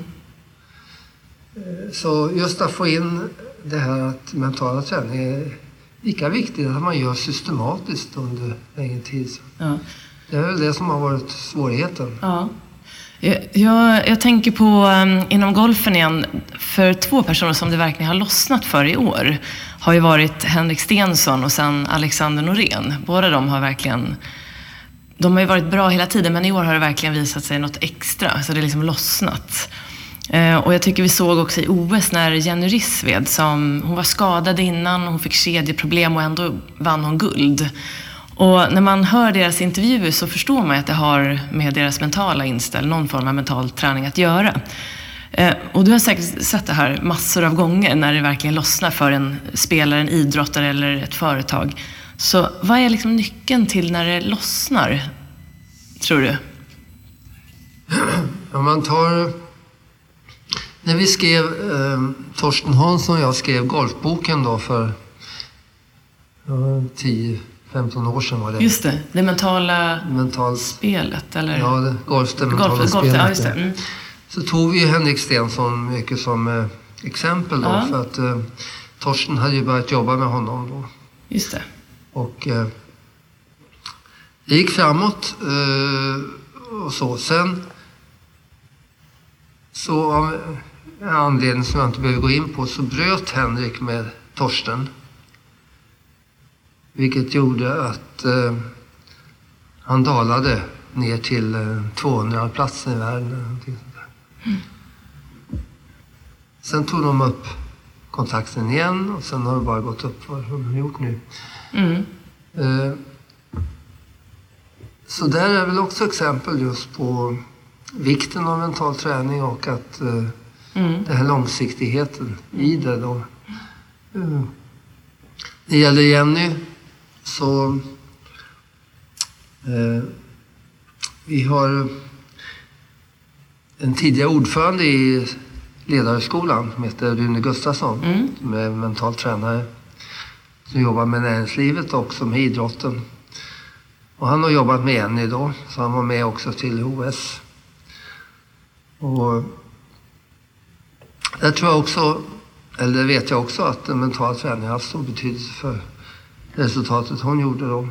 Så just att få in det här att mentala träning är lika viktigt att man gör systematiskt under längre tid. Ja. Det är väl det som har varit svårigheten.
Ja. Jag tänker på inom golfen igen, för 2 personer som det verkligen har lossnat för i år har ju varit Henrik Stenson och sen Alexander Norén. Båda de har ju varit bra hela tiden, men i år har det verkligen visat sig något extra, så det är liksom lossnat. Och jag tycker vi såg också i OS när Jenny Rissved, hon var skadad innan, hon fick kedjeproblem och ändå vann hon guld. Och när man hör deras intervjuer så förstår man att det har med deras mentala inställning, någon form av mental träning att göra. Och du har säkert sett det här massor av gånger när det verkligen lossnar för en spelare, en idrottare eller ett företag. Så vad är liksom nyckeln till när det lossnar, tror du?
Om man tar... När vi skrev, Torsten Hansson och jag skrev golfboken då för 10-15 år sedan var det.
Just det, det mentala spelet, eller?
Ja, det mentala spelet. Ja, just det. Så tog vi Henrik Stenson mycket som exempel då, för att Torsten hade ju börjat jobba med honom då.
Just det.
Och det gick framåt och så. Sen så av en anledning som jag inte behöver gå in på så bröt Henrik med Torsten. Vilket gjorde att han dalade ner till 200 platsen i världen. Sen tog de upp kontakten igen och sen har det bara gått upp vad de har gjort nu. Så där är väl också exempel just på vikten av mental träning och att den här långsiktigheten i det då. Det gäller Jenny så vi har en tidigare ordförande i ledarskolan som heter Rune Gustafsson som är mental tränare som jobbar med näringslivet och också med idrotten. Och han har jobbat med Jenny då, så han var med också till OS. Och där tror jag också, eller vet jag också, att den mentala träningen har stor betydelse för resultatet hon gjorde då.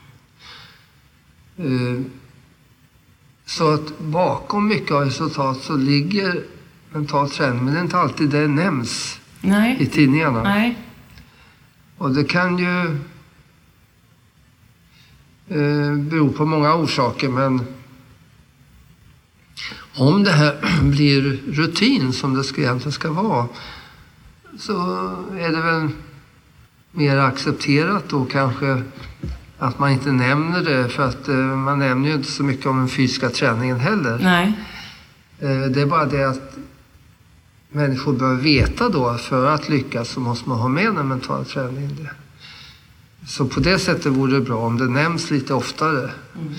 Så att bakom mycket av resultat så ligger mental träning, men det är inte alltid det nämns i tidningarna. Nej. Och det kan ju bero på många orsaker, men om det här blir rutin som det egentligen ska vara så är det väl mer accepterat då kanske att man inte nämner det, för att man nämner ju inte så mycket om den fysiska träningen heller. Nej. Det är bara det att människor bör veta då att för att lyckas så måste man ha med den mentala träningen. Så på det sättet vore det bra om det nämns lite oftare.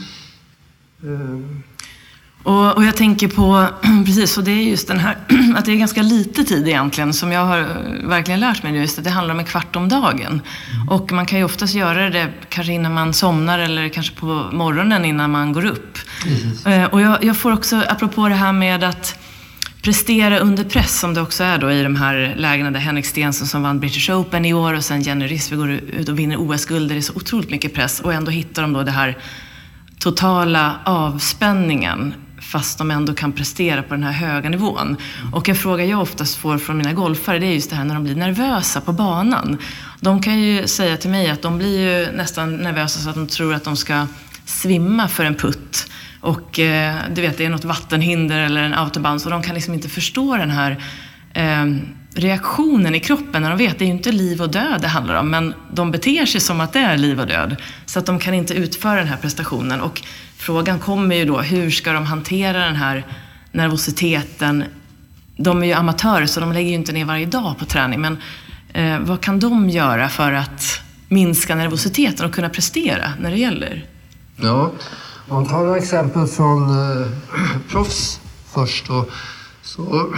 Och jag tänker på, precis, och det är just den här, att det är ganska lite tid egentligen som jag har verkligen lärt mig nu, just att det handlar om en kvart om dagen. Och man kan ju oftast göra det kanske innan man somnar eller kanske på morgonen innan man går upp. Och jag får också, apropå det här med att prestera under press, som det också är då i de här lägena där Henrik Stenson som vann British Open i år och sen Jenny Rissve går ut och vinner OS-guld, där det är så otroligt mycket press, och ändå hittar de då det här totala avspänningen fast de ändå kan prestera på den här höga nivån. Och en fråga jag oftast får från mina golfare, det är just det här när de blir nervösa på banan. De kan ju säga till mig att de blir ju nästan nervösa så att de tror att de ska svimma för en putt. Och du vet, det är något vattenhinder eller en autobahn, så de kan liksom inte förstå den här reaktionen i kroppen när de vet att det är ju inte liv och död det handlar om, men de beter sig som att det är liv och död, så att de kan inte utföra den här prestationen. Och frågan kommer ju då, hur ska de hantera den här nervositeten? De är ju amatörer så de lägger ju inte ner varje dag på träning, men vad kan de göra för att minska nervositeten och kunna prestera när det gäller?
Ja, om man tar några exempel från proffs först då, så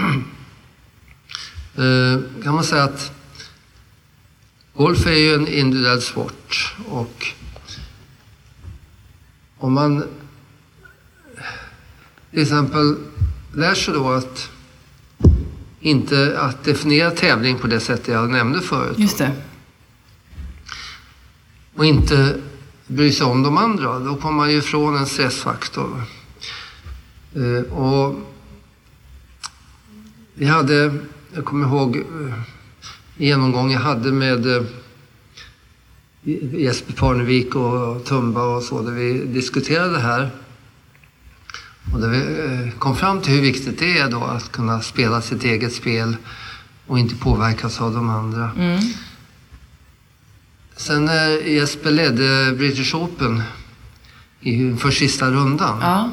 kan man säga att golf är ju en individuell sport, och om man till exempel lär sig då att inte att definiera tävling på det sättet jag nämnde förut.
Just det.
Och inte bry sig om de andra, då kommer man ju ifrån en stressfaktor. Och jag kommer ihåg genomgång jag hade med Jesper Parnevik och Tumba och så, där vi diskuterade det här. Och där vi kom fram till hur viktigt det är då att kunna spela sitt eget spel och inte påverkas av de andra. Sen när Jesper ledde British Open för sista rundan,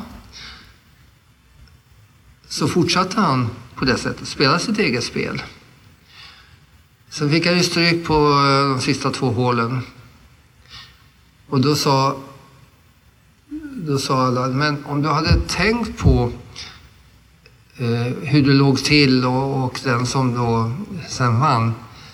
så fortsatte han på det sättet, spela sitt eget spel. Sen fick han ju stryk på de sista 2 hålen. Och då sa alla, men om du hade tänkt på hur du låg till och den som då sen vann,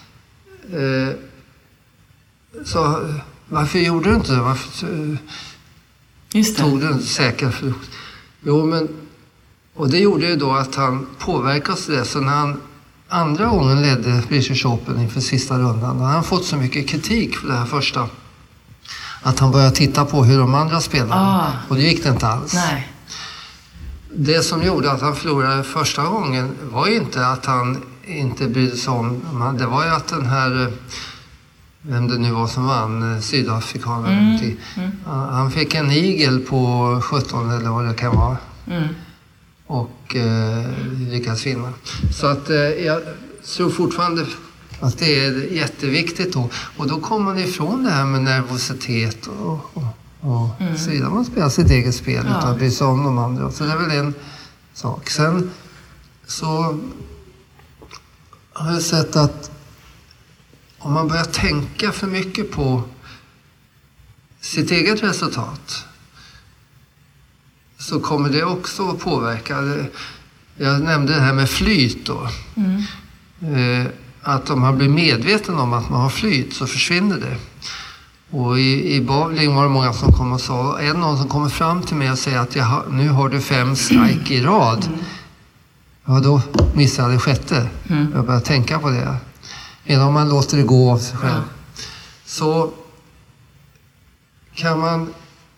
så varför gjorde du inte det? Varför tog du inte säker frukt? Jo, men, och det gjorde ju då att han påverkades det. Så när han andra gången ledde British Open inför sista rundan, då hade han fått så mycket kritik för det här första, att han började titta på hur de andra spelade. Och det gick det inte alls.
Nej.
Det som gjorde att han förlorade första gången var ju inte att han inte brydde sig om, det var ju att den här, vem det nu var som vann, sydafrikanen, han fick en igel på 17 eller vad det kan vara. Och lyckas vinna. Så att jag tror fortfarande att det är jätteviktigt då. Och då kommer man ifrån det här med nervositet och så man spelar sitt eget spel utan att bry sig om de andra. Så det är väl en sak. Sen så har jag sett att om man börjar tänka för mycket på sitt eget resultat, så kommer det också att påverka. Jag nämnde det här med flyt då. Att om man blir medveten om att man har flyt så försvinner det. Och i bowling var det många som kom och sa, någon som kommer fram till mig och säger att nu har du 5 strike i rad. Ja, då missade jag det 6:e. Jag började tänka på det. Medan om man låter det gå av sig själv, så kan man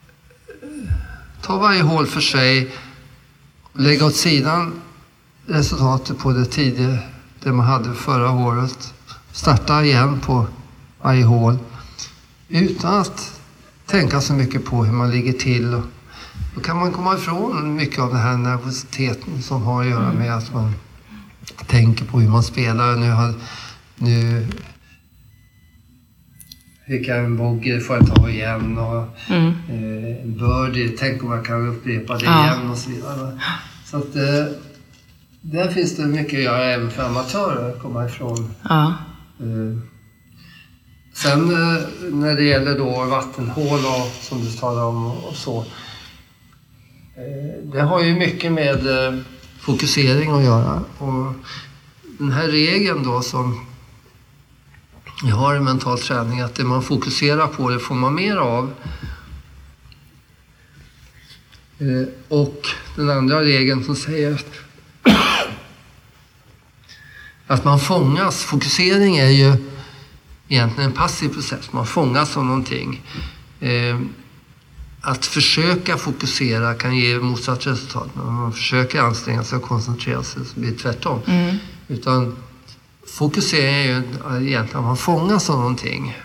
ta varje hål för sig och lägga åt sidan resultatet på det man hade förra året. Starta igen på varje hål utan att tänka så mycket på hur man ligger till. Då kan man komma ifrån mycket av den här nervositeten som har att göra med att man tänker på hur man spelar. Nu fick jag en bogey, får jag ta igen, och birdie, tänk om jag kan upprepa det igen och så vidare. Så att där finns det mycket att göra även för amatörer att komma ifrån.
Ja.
Sen när det gäller då vattenhål och som du talar om och så. Det har ju mycket med fokusering att göra. Och den här regeln då som vi har i mental träning, att det man fokuserar på det får man mer av. Och den andra regeln som säger att man fångas. Fokusering är ju egentligen en passiv process. Man fångas av någonting. Att försöka fokusera kan ge motsatt resultat. När man försöker anstränga sig och koncentrera sig så blir det tvärtom. Utan fokusering är ju egentligen att man fångas av någonting.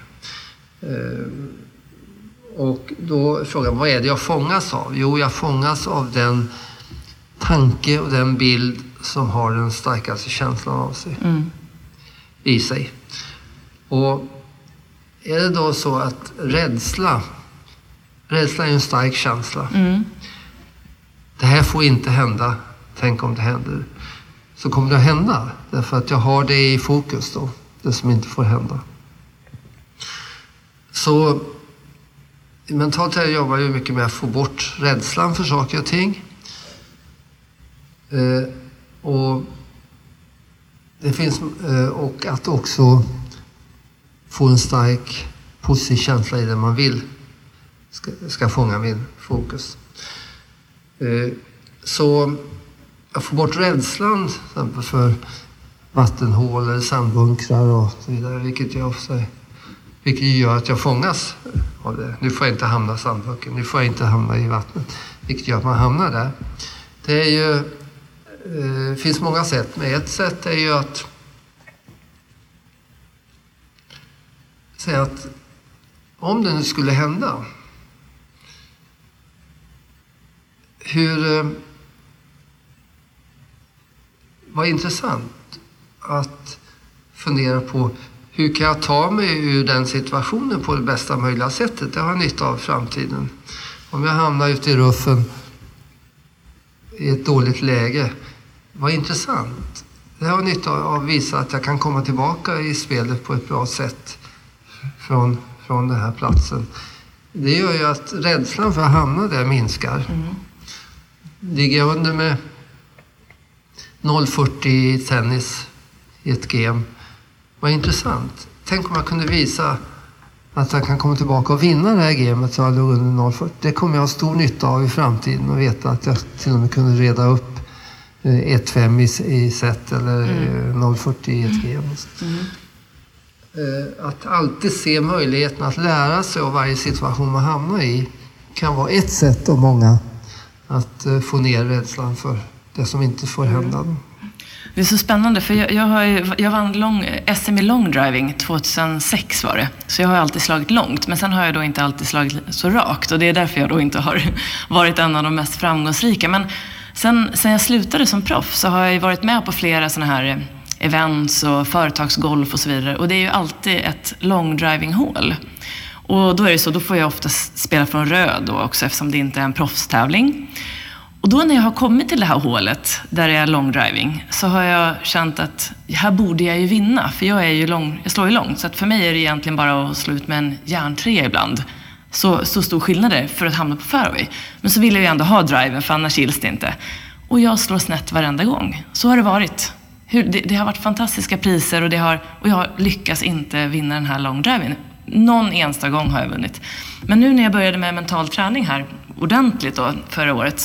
Och då är frågan, vad är det jag fångas av? Jo, jag fångas av den tanke och den bild som har den starkaste känslan av sig. I sig. Och är det då så att rädsla är en stark känsla. Det här får inte hända. Tänk om det händer. Så kommer det att hända. Därför att jag har det i fokus då. Det som inte får hända. Så mentalt här jobbar jag mycket med att få bort rädslan för saker och ting. Och det finns och att också få en stark positiv känsla i det man vill ska fånga min fokus. Så jag får bort rädslan till exempel för vattenhål eller sandbunkrar och så vidare, vilket gör att jag fångas av det. Nu får jag inte hamna i sandbunken, nu får jag inte hamna i vattnet, vilket gör att man hamnar där. Det är ju finns många sätt, men ett sätt är ju att säga att om det nu skulle hända, vad intressant att fundera på hur kan jag ta mig ur den situationen på det bästa möjliga sättet. Det har jag nytta av i framtiden. Om jag hamnar ute i ruffen i ett dåligt läge, vad intressant. Det har nytta av att visa att jag kan komma tillbaka i spelet på ett bra sätt från den här platsen. Det gör ju att rädslan för att hamna där minskar. Ligger jag under med 0,40 i tennis i ett game. Vad intressant. Tänk om jag kunde visa att jag kan komma tillbaka och vinna det här gamet så jag låg under 0,40. Det kommer jag ha stor nytta av i framtiden och veta att jag till och med kunde reda upp 1,5 i set eller 0,40 i ett game. Att alltid se möjligheten att lära sig av varje situation man hamnar i kan vara ett sätt av många att få ner rädslan för det som inte får hända.
Det är så spännande, för jag vann SM i longdriving 2006 var det. Så jag har alltid slagit långt, men sen har jag då inte alltid slagit så rakt. Och det är därför jag då inte har varit en av de mest framgångsrika. Men sen jag slutade som proffs så har jag varit med på flera såna här events och företagsgolf och så vidare. Och det är ju alltid ett longdriving-hål. Och då är det så, då får jag ofta spela från röd då också, eftersom det inte är en proffstävling. Och då när jag har kommit till det här hålet där det är longdriving så har jag känt att här borde jag ju vinna. För jag slår ju långt, så att för mig är det egentligen bara att slå ut med en järntrea ibland. Så stor skillnad är för att hamna på fairway. Men så vill jag ju ändå ha driven, för annars gills det inte. Och jag slår snett varenda gång. Så har det varit. Det har varit fantastiska priser och jag lyckas inte vinna den här longdrivingen. Någon enstaka gång har jag vunnit. Men nu när jag började med mental träning här ordentligt då, förra året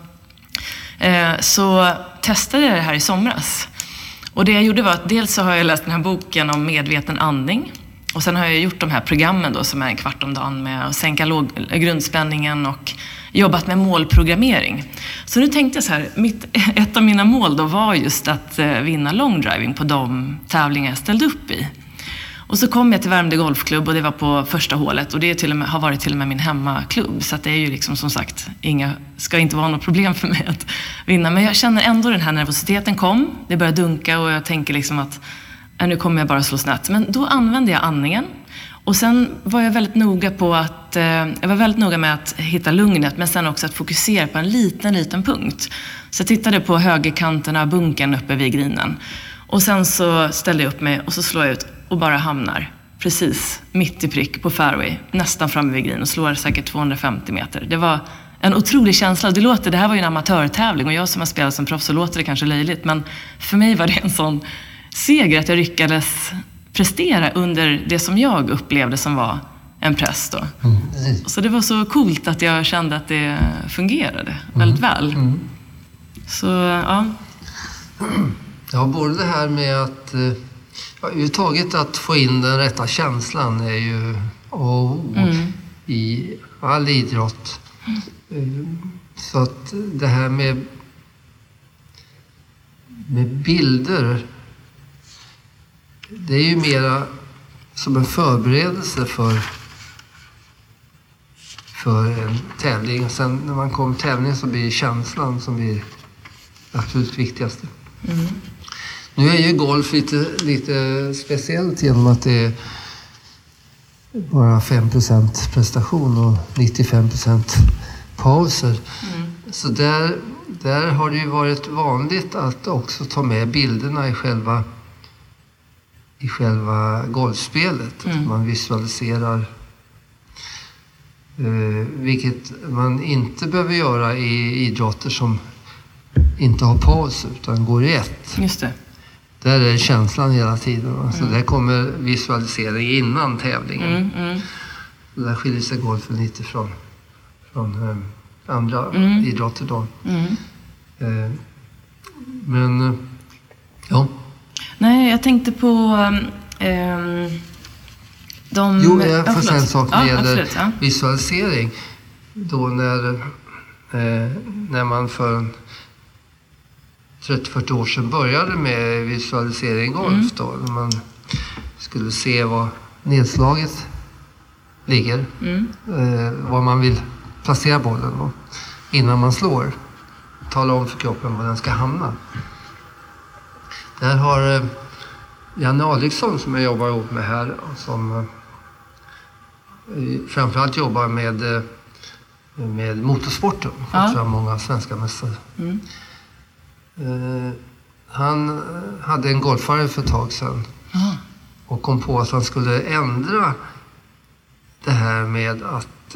så testade jag det här i somras. Och det jag gjorde var att dels så har jag läst den här boken om medveten andning. Och sen har jag gjort de här programmen då som är en kvart om dagen med att sänka grundspänningen och jobbat med målprogrammering. Så nu tänkte jag så här, ett av mina mål då var just att vinna longdriving på de tävlingar jag ställde upp i. Och så kom jag till Värmdö Golfklubb och det var på första hålet. Och det har varit till och med min hemmaklubb. Så att det är ju liksom som sagt, ska inte vara något problem för mig att vinna. Men jag känner ändå den här nervositeten kom. Det började dunka och jag tänker liksom att nu kommer jag bara slå snett. Men då använde jag andningen. Och sen var jag väldigt noga med att hitta lugnet, men sen också att fokusera på en liten punkt. Så jag tittade på högerkanten av bunken uppe vid grinen. Och sen så ställde jag upp mig och så slår jag ut och bara hamnar precis mitt i prick på fairway, nästan framme vid grinen och slår säkert 250 meter. Det var en otrolig känsla. Det här var ju en amatörtävling och jag som har spelat som proffs så låter det kanske löjligt, men för mig var det en sån seger att jag lyckades prestera under det som jag upplevde som var en press då. Så det var så coolt att jag kände att det fungerade väldigt väl. Så ja.
Ja, både det här med att överhuvudtaget att få in den rätta känslan är ju i all idrott. Så att det här med bilder, det är ju mera som en förberedelse för en tävling. Sen när man kommer till tävlingen så blir känslan som blir absolut viktigaste. Nu är ju golf lite speciellt genom att det är bara 5% prestation och 95% pauser. Så där har det ju varit vanligt att också ta med bilderna i själva golfspelet. Att man visualiserar, vilket man inte behöver göra i idrotter som inte har paus utan går i ett.
Just det.
Där är känslan hela tiden. Så där kommer visualisering innan tävlingen. Där skiljer sig golfen lite från andra idrotter då. Men ja.
Nej, jag tänkte på
Jo, jag får säga en sak med
absolut,
visualisering. Då när man för 30-40 år sedan började med visualisering golf då. När man skulle se var nedslaget ligger. Var man vill placera bollen då, innan man slår. Tala om för kroppen var den ska hamna. Där har Janne Alriksson som jag jobbar ihop med här, som framförallt jobbar med motorsporten. Fått fram många svenska mästare. Han hade en golfare för ett tag sedan och kom på att han skulle ändra det här med att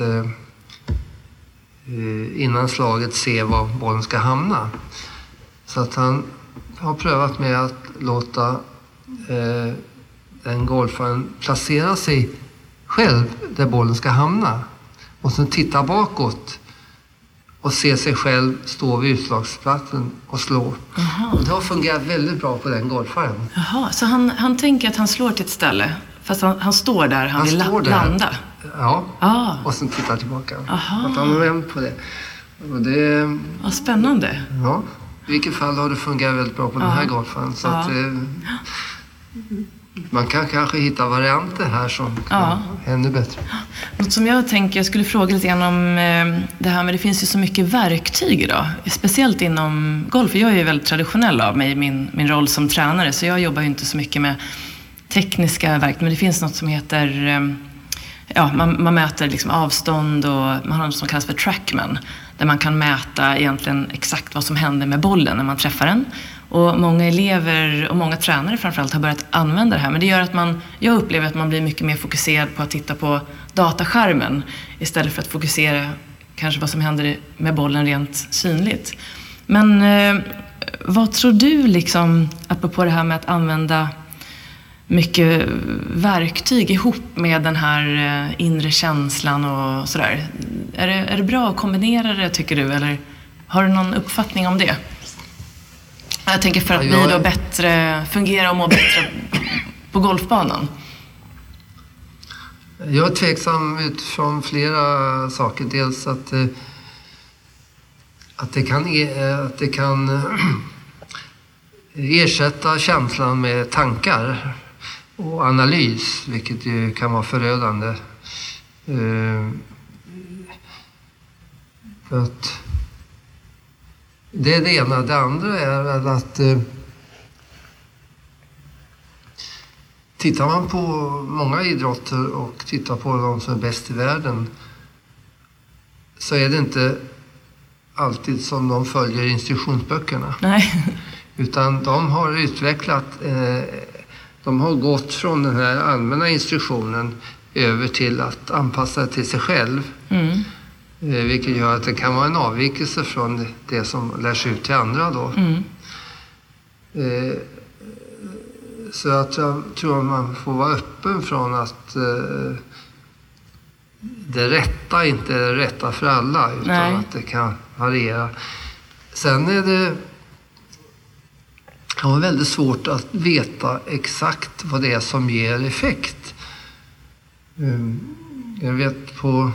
innan slaget se var bollen ska hamna. Så att han har prövat med att låta den golfaren placera sig själv där bollen ska hamna och sen titta bakåt och se sig själv stå vid utslagsplatsen och slå. Och det har fungerat väldigt bra på den golfaren.
Jaha, så han tänker att han slår till ett ställe fast han står där, han vill landa.
Ja, och sen tittar tillbaka. Att han har vänt på det. Och det
vad spännande.
Ja, i vilket fall har det fungerat väldigt bra på den här golfaren. Så att man kan kanske hitta varianter här som är ännu bättre.
Något som jag skulle fråga lite grann om det här, men det finns ju så mycket verktyg idag. Speciellt inom golf. Jag är ju väldigt traditionell av mig i min roll som tränare, så jag jobbar ju inte så mycket med tekniska verktyg. Men det finns något som heter, man mäter liksom avstånd och man har något som kallas för trackman. Där man kan mäta egentligen exakt vad som händer med bollen när man träffar den. Och många elever och många tränare framförallt har börjat använda det här. Men det gör att jag upplever att man blir mycket mer fokuserad på att titta på dataskärmen istället för att fokusera kanske vad som händer med bollen rent synligt. Men vad tror du liksom, apropå det här med att använda mycket verktyg ihop med den här inre känslan och sådär. Är det bra att kombinera det, tycker du? Eller har du någon uppfattning om det? Jag tänker för att vi då bättre fungerar och må bättre på golfbanan.
Jag är tveksam utifrån flera saker. Dels att det kan ersätta känslan med tankar och analys, vilket ju kan vara förödande. För att det är det ena. Det andra är att Tittar man på många idrotter och tittar på de som är bäst i världen, så är det inte alltid som de följer instruktionsböckerna.
Nej.
Utan de har utvecklat, de har gått från den här allmänna instruktionen över till att anpassa det till sig själv. Mm. Vilket gör att det kan vara en avvikelse från det som lärs ut till andra då. Mm. Så att jag tror att man får vara öppen från att det rätta inte är det rätta för alla, utan Nej. Att det kan variera. Sen är det väldigt svårt att veta exakt vad det är som ger effekt. Jag vet på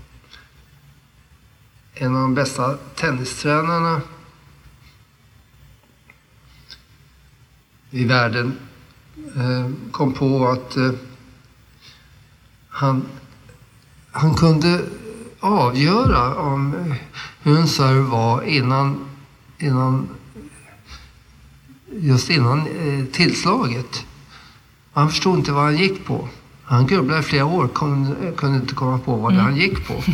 en av de bästa tennistränarna i världen kom på att han kunde avgöra om hur en serve var innan tillslaget. Han förstod inte vad han gick på. Han grubblade i flera år, kunde inte komma på vad han gick på.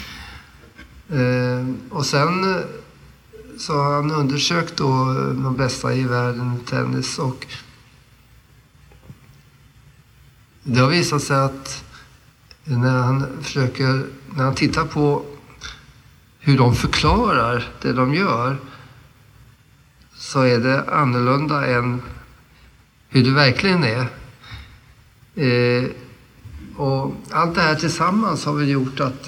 Och sen så har han undersökt då de bästa i världen i tennis, och det har visat sig att när han tittar på hur de förklarar det de gör, så är det annorlunda än hur det verkligen är. Och allt det här tillsammans har väl gjort att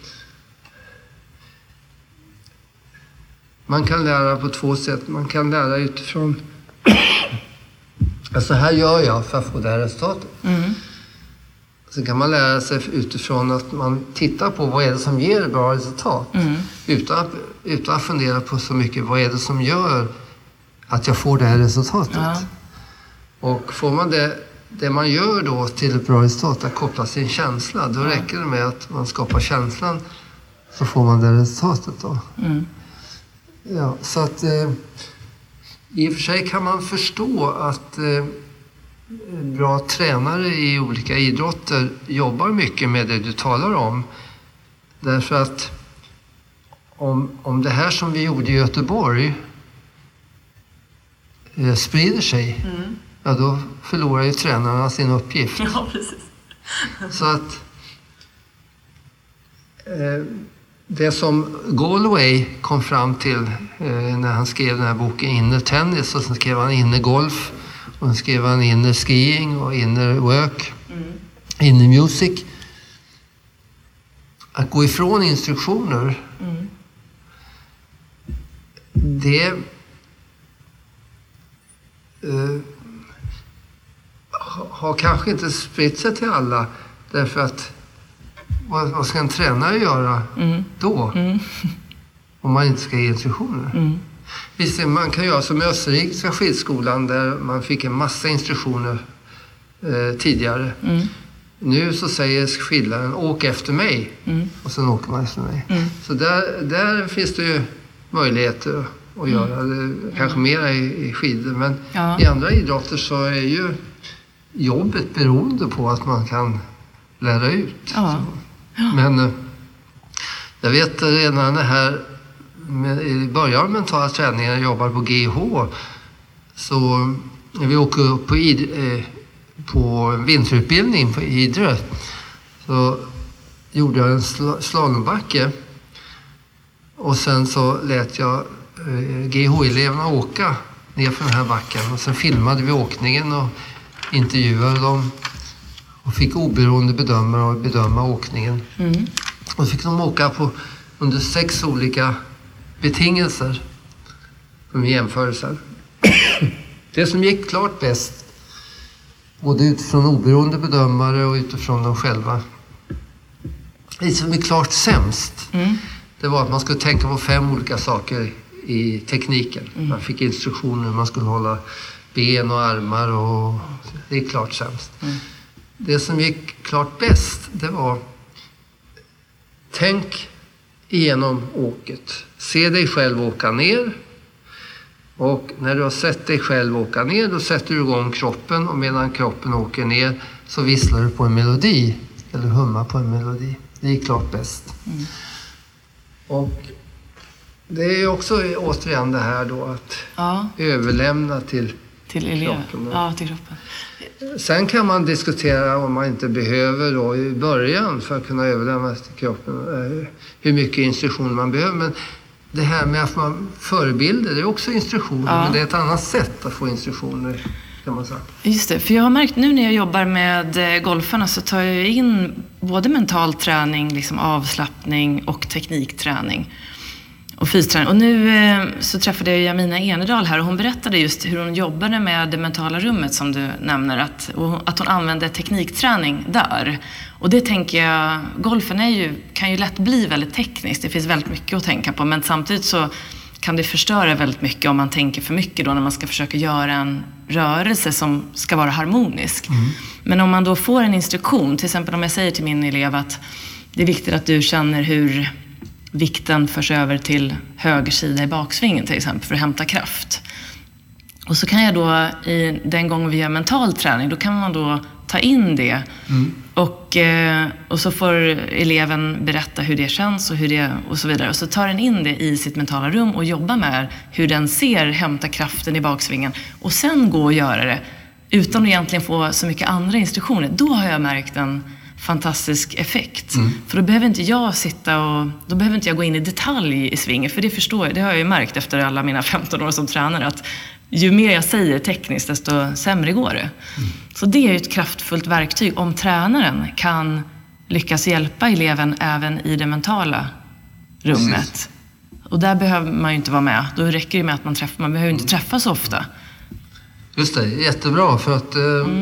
man kan lära på två sätt. Man kan lära utifrån alltså här gör jag för att få det här resultatet. Mm. Så kan man lära sig utifrån att man tittar på vad är det som ger bra resultat. Mm. Utan att fundera på så mycket vad är det som gör att jag får det här resultatet. Ja. Och får man det man gör då till ett bra resultat, att koppla sin känsla, då räcker det med att man skapar känslan, så får man det resultatet då. Mm. Ja, så att i och för sig kan man förstå att bra tränare i olika idrotter jobbar mycket med det du talar om. Därför att om det här som vi gjorde i Göteborg sprider sig, ja, då förlorar ju tränarna sin uppgift.
Ja, precis.
Så att det som Galway kom fram till när han skrev den här boken Inner Tennis, och sen skrev han Inner Golf, och sen skrev han Inner Skiing och Inner Work, Inner Music. Att gå ifrån instruktioner, det har kanske inte spritt sig till alla, därför att vad ska en tränare göra då? Om man inte ska ge instruktioner. Visst, man kan göra som i Österrikiska skidskolan, där man fick en massa instruktioner tidigare. Nu så säger skidläraren, åk efter mig, och sen åker man efter mig. Så där finns det ju möjligheter att göra det, kanske mer i skidor, men i andra idrotter så är ju jobbet beroende på att man kan lära ut. Men jag vet redan det här i början av mentala träningen, jag jobbar på GH, så när vi åker upp på vinterutbildning på Idre, så gjorde jag en slalombacke, och sen så lät jag GH-eleverna åka ner för den här backen, och sen filmade vi åkningen och intervjuade dem och fick oberoende bedömare att bedöma åkningen. Och så fick de åka under 6 olika betingelser som jämförelser. Det som gick klart bäst, både utifrån oberoende bedömare och utifrån dem själva, det som är klart sämst, det var att man skulle tänka på 5 olika saker i tekniken. Man fick instruktioner, man skulle hålla ben och armar, och det är klart sämst. Det som gick klart bäst, det var tänk igenom åket. Se dig själv åka ner. Och när du har sett dig själv åka ner, då sätter du igång kroppen, och medan kroppen åker ner så visslar du på en melodi eller hummar på en melodi. Det är klart bäst. Och det är ju också återigen det här då att överlämna till
eleven.
Kroppen.
Ja, till kroppen.
Sen kan man diskutera om man inte behöver då i början för att kunna överlämna till kroppen hur mycket instruktion man behöver. Men det här med att man förebilder, det är också instruktioner, men det är ett annat sätt att få instruktioner, kan man säga.
Just det, för jag har märkt nu när jag jobbar med golfarna så tar jag in både mental träning, liksom avslappning och teknikträning och fysträning. Och nu så träffade jag Jamina Enedal här och hon berättade just hur hon jobbade med det mentala rummet som du nämner, att hon använde teknikträning där. Och det tänker jag, golfen kan ju lätt bli väldigt tekniskt, det finns väldigt mycket att tänka på, men samtidigt så kan det förstöra väldigt mycket om man tänker för mycket då när man ska försöka göra en rörelse som ska vara harmonisk. Men om man då får en instruktion, till exempel om jag säger till min elev att det är viktigt att du känner hur vikten förs över till höger sida i baksvingen till exempel för att hämta kraft. Och så kan jag då, den gången vi gör mental träning, då kan man då ta in det och så får eleven berätta hur det känns och så vidare. Och så tar den in det i sitt mentala rum och jobbar med hur den ser hämta kraften i baksvingen. Och sen gå och göra det utan att egentligen få så mycket andra instruktioner. Då har jag märkt en fantastisk effekt. För då behöver inte jag gå in i detalj i svingen. För det förstår jag, det har jag ju märkt efter alla mina 15 år som tränare, att ju mer jag säger tekniskt desto sämre går det. Så det är ju ett kraftfullt verktyg om tränaren kan lyckas hjälpa eleven även i det mentala rummet. Precis. Och där behöver man ju inte vara med. Då räcker det med att man behöver inte träffas så ofta.
Just det, jättebra för att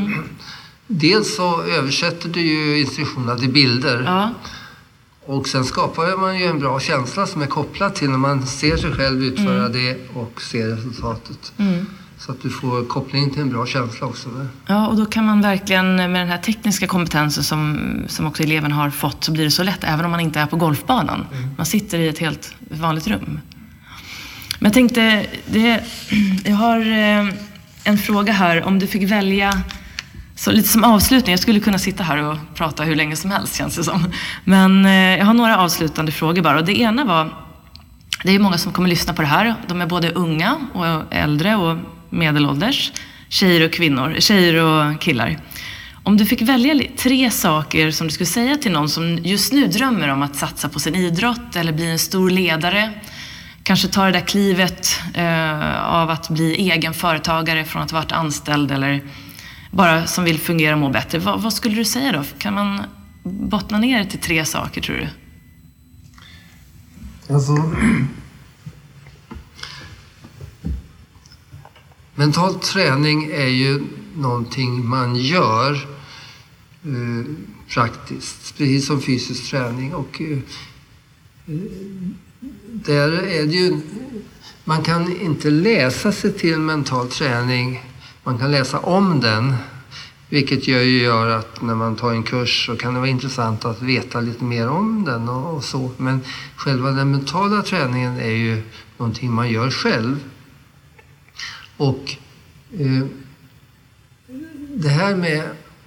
dels så översätter du ju instruktionerna till bilder. Ja. Och sen skapar man ju en bra känsla som är kopplad till när man ser sig själv utföra det och ser resultatet. Så att du får koppling till en bra känsla också. Där.
Ja, och då kan man verkligen med den här tekniska kompetensen som också eleven har fått, så blir det så lätt även om man inte är på golfbanan. Man sitter i ett helt vanligt rum. Men jag tänkte, jag har en fråga här. Om du fick välja, så lite som avslutning, jag skulle kunna sitta här och prata hur länge som helst känns det som. Men jag har några avslutande frågor bara. Och det ena var, det är många som kommer lyssna på det här. De är både unga och äldre och medelålders. Tjejer och killar. Om du fick välja 3 saker som du skulle säga till någon som just nu drömmer om att satsa på sin idrott eller bli en stor ledare. Kanske ta det där klivet av att bli egen företagare från att ha varit anställd eller bara som vill fungera och må bättre. Vad skulle du säga då? Kan man bottna ner till 3 saker, tror du?
Alltså, mental träning är ju någonting man gör praktiskt, precis som fysisk träning. Och där är det ju, man kan inte läsa sig till mental träning. Man kan läsa om den, vilket gör att när man tar en kurs så kan det vara intressant att veta lite mer om den och så. Men själva den mentala träningen är ju någonting man gör själv. Och det här med...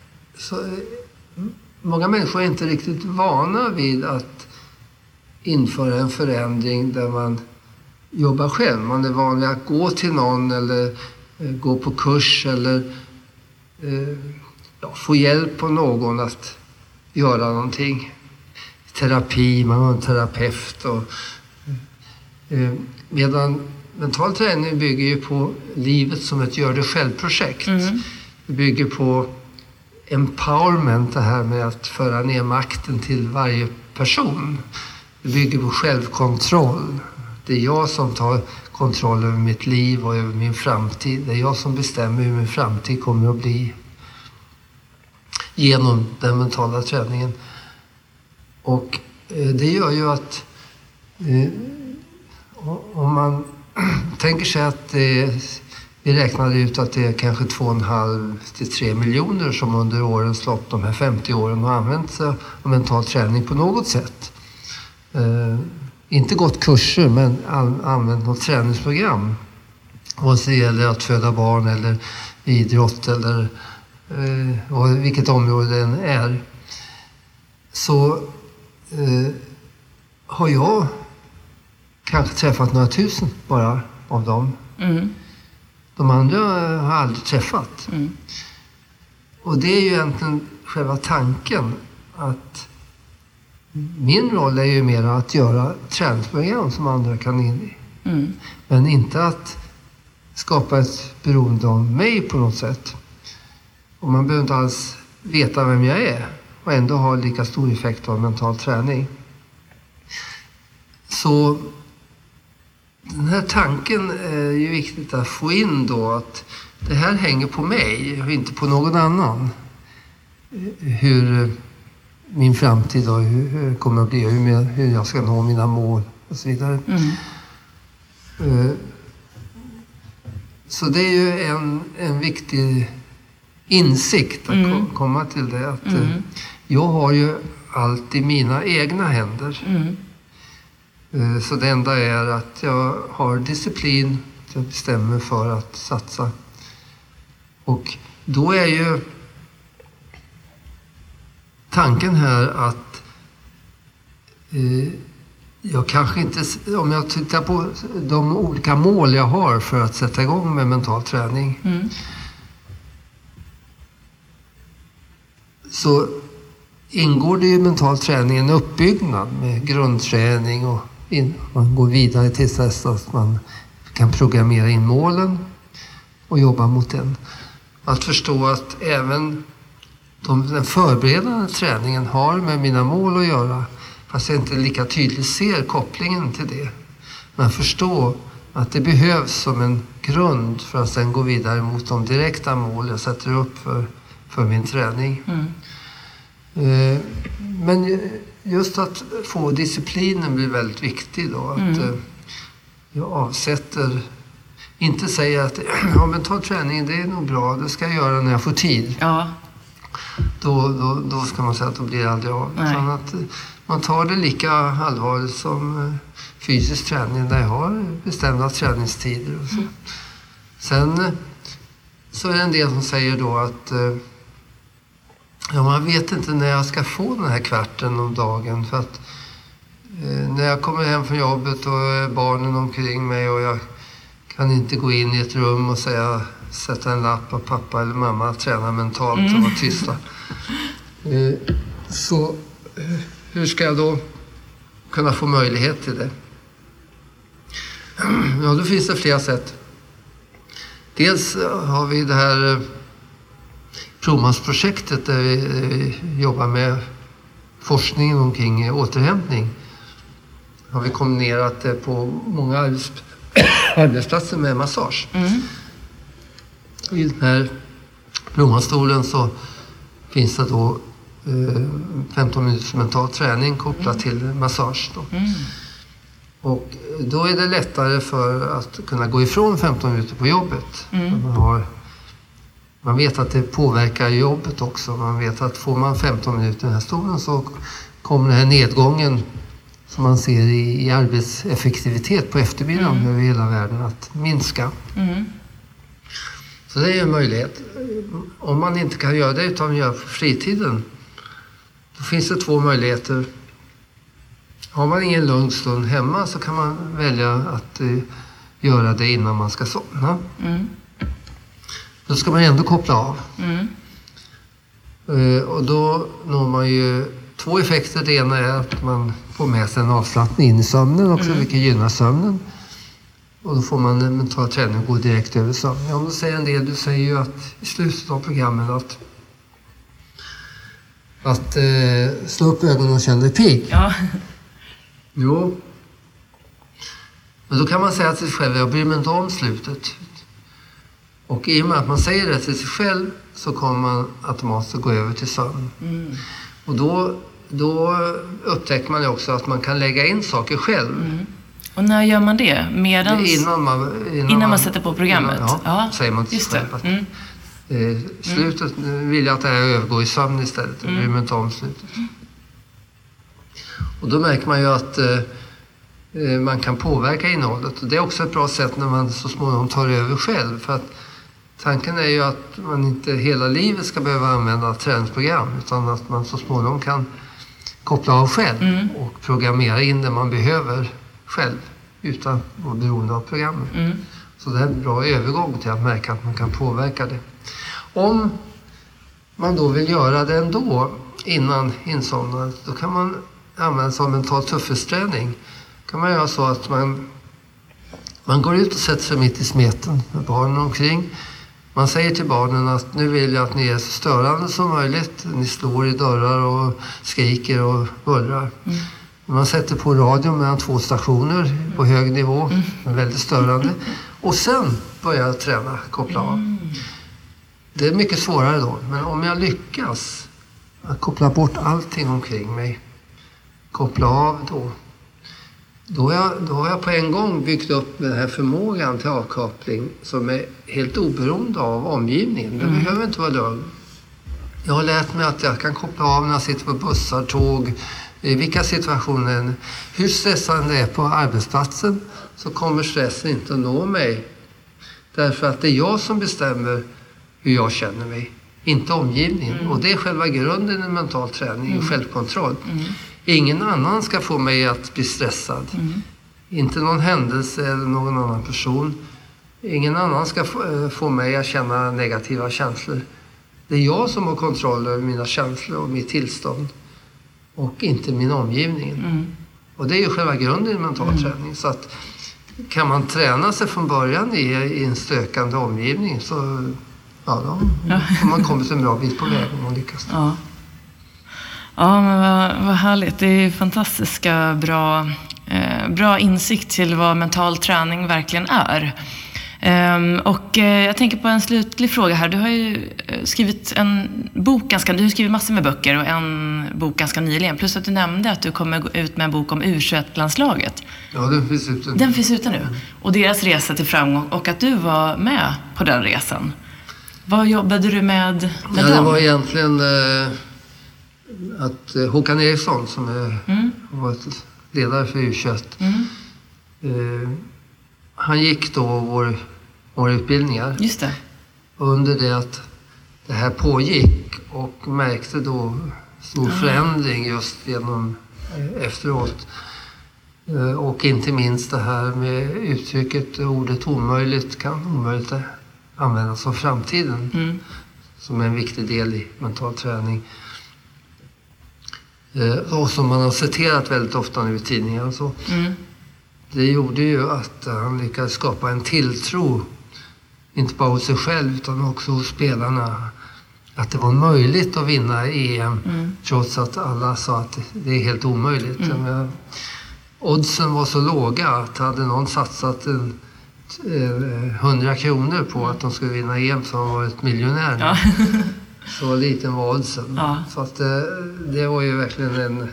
många människor är inte riktigt vana vid att införa en förändring där man jobbar själv. Man är van vid att gå till någon eller gå på kurs eller få hjälp av någon att göra någonting. Terapi, man har en terapeut. Medan mental träning bygger ju på livet som ett gör det själv-projekt. Det bygger på empowerment, det här med att föra ner makten till varje person. Det bygger på självkontroll. Det är jag som tar kontroll över mitt liv och över min framtid. Det är jag som bestämmer hur min framtid kommer att bli genom den mentala träningen. Och det gör ju att om man tänker sig att vi räknade ut att det är kanske 2,5 till 3 miljoner som under årens lopp, de här 50 åren, har använt sig av mental träning på något sätt. Inte gått kurser, men använt något träningsprogram. Och så gäller det att föda barn eller idrott eller vilket område det än är. Så har jag kanske träffat några tusen bara av dem. De andra har jag aldrig träffat. Och det är ju egentligen själva tanken att min roll är ju mer att göra träningsprogram som andra kan in i. Men inte att skapa ett beroende av mig på något sätt. Och man behöver inte alls veta vem jag är och ändå ha lika stor effekt av mental träning. Så den här tanken är ju viktigt att få in då, att det här hänger på mig och inte på någon annan. Hur min framtid då, hur kommer att bli, hur jag ska nå mina mål och så vidare. Så det är ju en viktig insikt att komma till det. Att jag har ju allt i mina egna händer. Så det enda är att jag har disciplin, jag bestämmer för att satsa. Och då är ju tanken här att jag kanske inte, om jag tittar på de olika mål jag har för att sätta igång med mental träning, så ingår det ju mental träning en uppbyggnad med grundträning och man går vidare till dess att man kan programmera in målen och jobba mot den. Att förstå att även den förberedande träningen har med mina mål att göra, fast jag inte lika tydligt ser kopplingen till det. Men förstå att det behövs som en grund för att sen gå vidare mot de direkta mål jag sätter upp för min träning. Men just att få disciplinen blir väldigt viktig då. Att jag avsätter, inte säga att mental träning, det är nog bra, det ska jag göra när jag får tid.
Ja.
Då ska man säga att då blir det aldrig av. Utan att man tar det lika allvarligt som fysisk träning där jag har bestämda träningstider och så. Sen så är det en del som säger då att man vet inte när jag ska få den här kvarten om dagen, för att när jag kommer hem från jobbet och barnen omkring mig och jag kan inte gå in i ett rum och sätta en lapp av pappa eller mamma att träna mentalt och vara tysta. Så hur ska jag då kunna få möjlighet till det? Ja, då finns det flera sätt. Dels har vi det här Promansprojektet där vi jobbar med forskningen omkring återhämtning. Har vi kombinerat det på många arbetsplatser med massage. I den här Promanstolen så finns det då 15 minuters mental träning kopplat till massage då. Och då är det lättare för att kunna gå ifrån 15 minuter på jobbet. Man vet att det påverkar jobbet också. Man vet att får man 15 minuter i den här stolen så kommer den här nedgången som man ser i arbetseffektivitet på eftermiddagen över hela världen att minska. Så det är en möjlighet. Om man inte kan göra det utan gör på fritiden, då finns det två möjligheter. Har man ingen lugn stund hemma så kan man välja att göra det innan man ska somna. Då ska man ändå koppla av. Och då når man ju två effekter. Det ena är att man får med sig en avslappning in i sömnen också, vilket gynnar sömnen. Och då får man en mental träning och gå direkt över sömn. Ja, om du säger en del, du säger ju att i slutet av programmet att slå upp ögonen och känna dig pigg.
Ja.
Jo. Men då kan man säga till sig själv, jag bryr mig inte om slutet. Och i och med att man säger det till sig själv så kommer man automatiskt att gå över till sömn. Och då upptäcker man ju också att man kan lägga in saker själv.
Och när gör man det? Innan man sätter på programmet?
Ja, säger man till sig själv. Slutet vill jag att det här övergår i sömn istället. Det blir inte om slutet. Och då märker man ju att man kan påverka innehållet. Och det är också ett bra sätt när man så småningom tar över själv. För att tanken är ju att man inte hela livet ska behöva använda träningsprogram, utan att man så småningom kan koppla av själv och programmera in det man behöver själv utan att vara beroende av programmet. Så det är en bra övergång till att märka att man kan påverka det. Om man då vill göra det ändå innan insomnandet, då kan man använda sig av mental tuffhetsträning. Kan man göra så att man går ut och sätter sig mitt i smeten med barnen omkring. Man säger till barnen att nu vill jag att ni är så störande som möjligt. Ni slår i dörrar och skriker och bullrar. Man sätter på radion mellan 2 stationer på hög nivå. Väldigt störande. Och sen börjar jag träna, koppla av. Det är mycket svårare då. Men om jag lyckas att koppla bort allting omkring mig, koppla av då har jag på en gång byggt upp den här förmågan till avkoppling som är helt oberoende av omgivningen. Det behöver inte vara lugn. Jag har lärt mig att jag kan koppla av när jag sitter på bussar, tåg, i vilka situationer. Hur stressande det är på arbetsplatsen, så kommer stressen inte att nå mig. Därför att det är jag som bestämmer hur jag känner mig, inte omgivningen. Och det är själva grunden i mental träning, självkontroll. Ingen annan ska få mig att bli stressad. Inte någon händelse eller någon annan person. Ingen annan ska få mig att känna negativa känslor. Det är jag som har kontroll över mina känslor och mitt tillstånd. Och inte min omgivning. Och det är ju själva grunden i mental träning. Så att kan man träna sig från början i en stökande omgivning, så då har man kommit en bra bit på vägen och lyckas.
Ja, men vad härligt. Det är fantastiska bra insikt till vad mental träning verkligen är. Och jag tänker på en slutlig fråga här. Du har ju skrivit en bok du har skrivit massor med böcker och en bok ganska nyligen. Plus att du nämnde att du kommer gå ut med en bok om U21-landslaget.
Ja, den finns ute.
Den finns ute nu. Och deras resa till framgång, och att du var med på den resan. Vad jobbade du med dem?
Det var egentligen att Håkan Eriksson, som har varit ledare för U21, han gick då våra utbildningar.
Just det.
Under det att det här pågick, och märkte då stor förändring just genom efteråt. Och inte minst det här med uttrycket, ordet omöjligt kan omöjligt användas av framtiden. Som är en viktig del i mental träning. Och som man har citerat väldigt ofta nu i tidningar. Så. Det gjorde ju att han lyckades skapa en tilltro, inte bara hos sig själv utan också hos spelarna, att det var möjligt att vinna EM trots att alla sa att det är helt omöjligt. Oddsen var så låga att hade någon satsat 100 kronor på att de skulle vinna EM, så har varit miljonär. Ja. Så liten var oddsen. Ja. Så att det var ju verkligen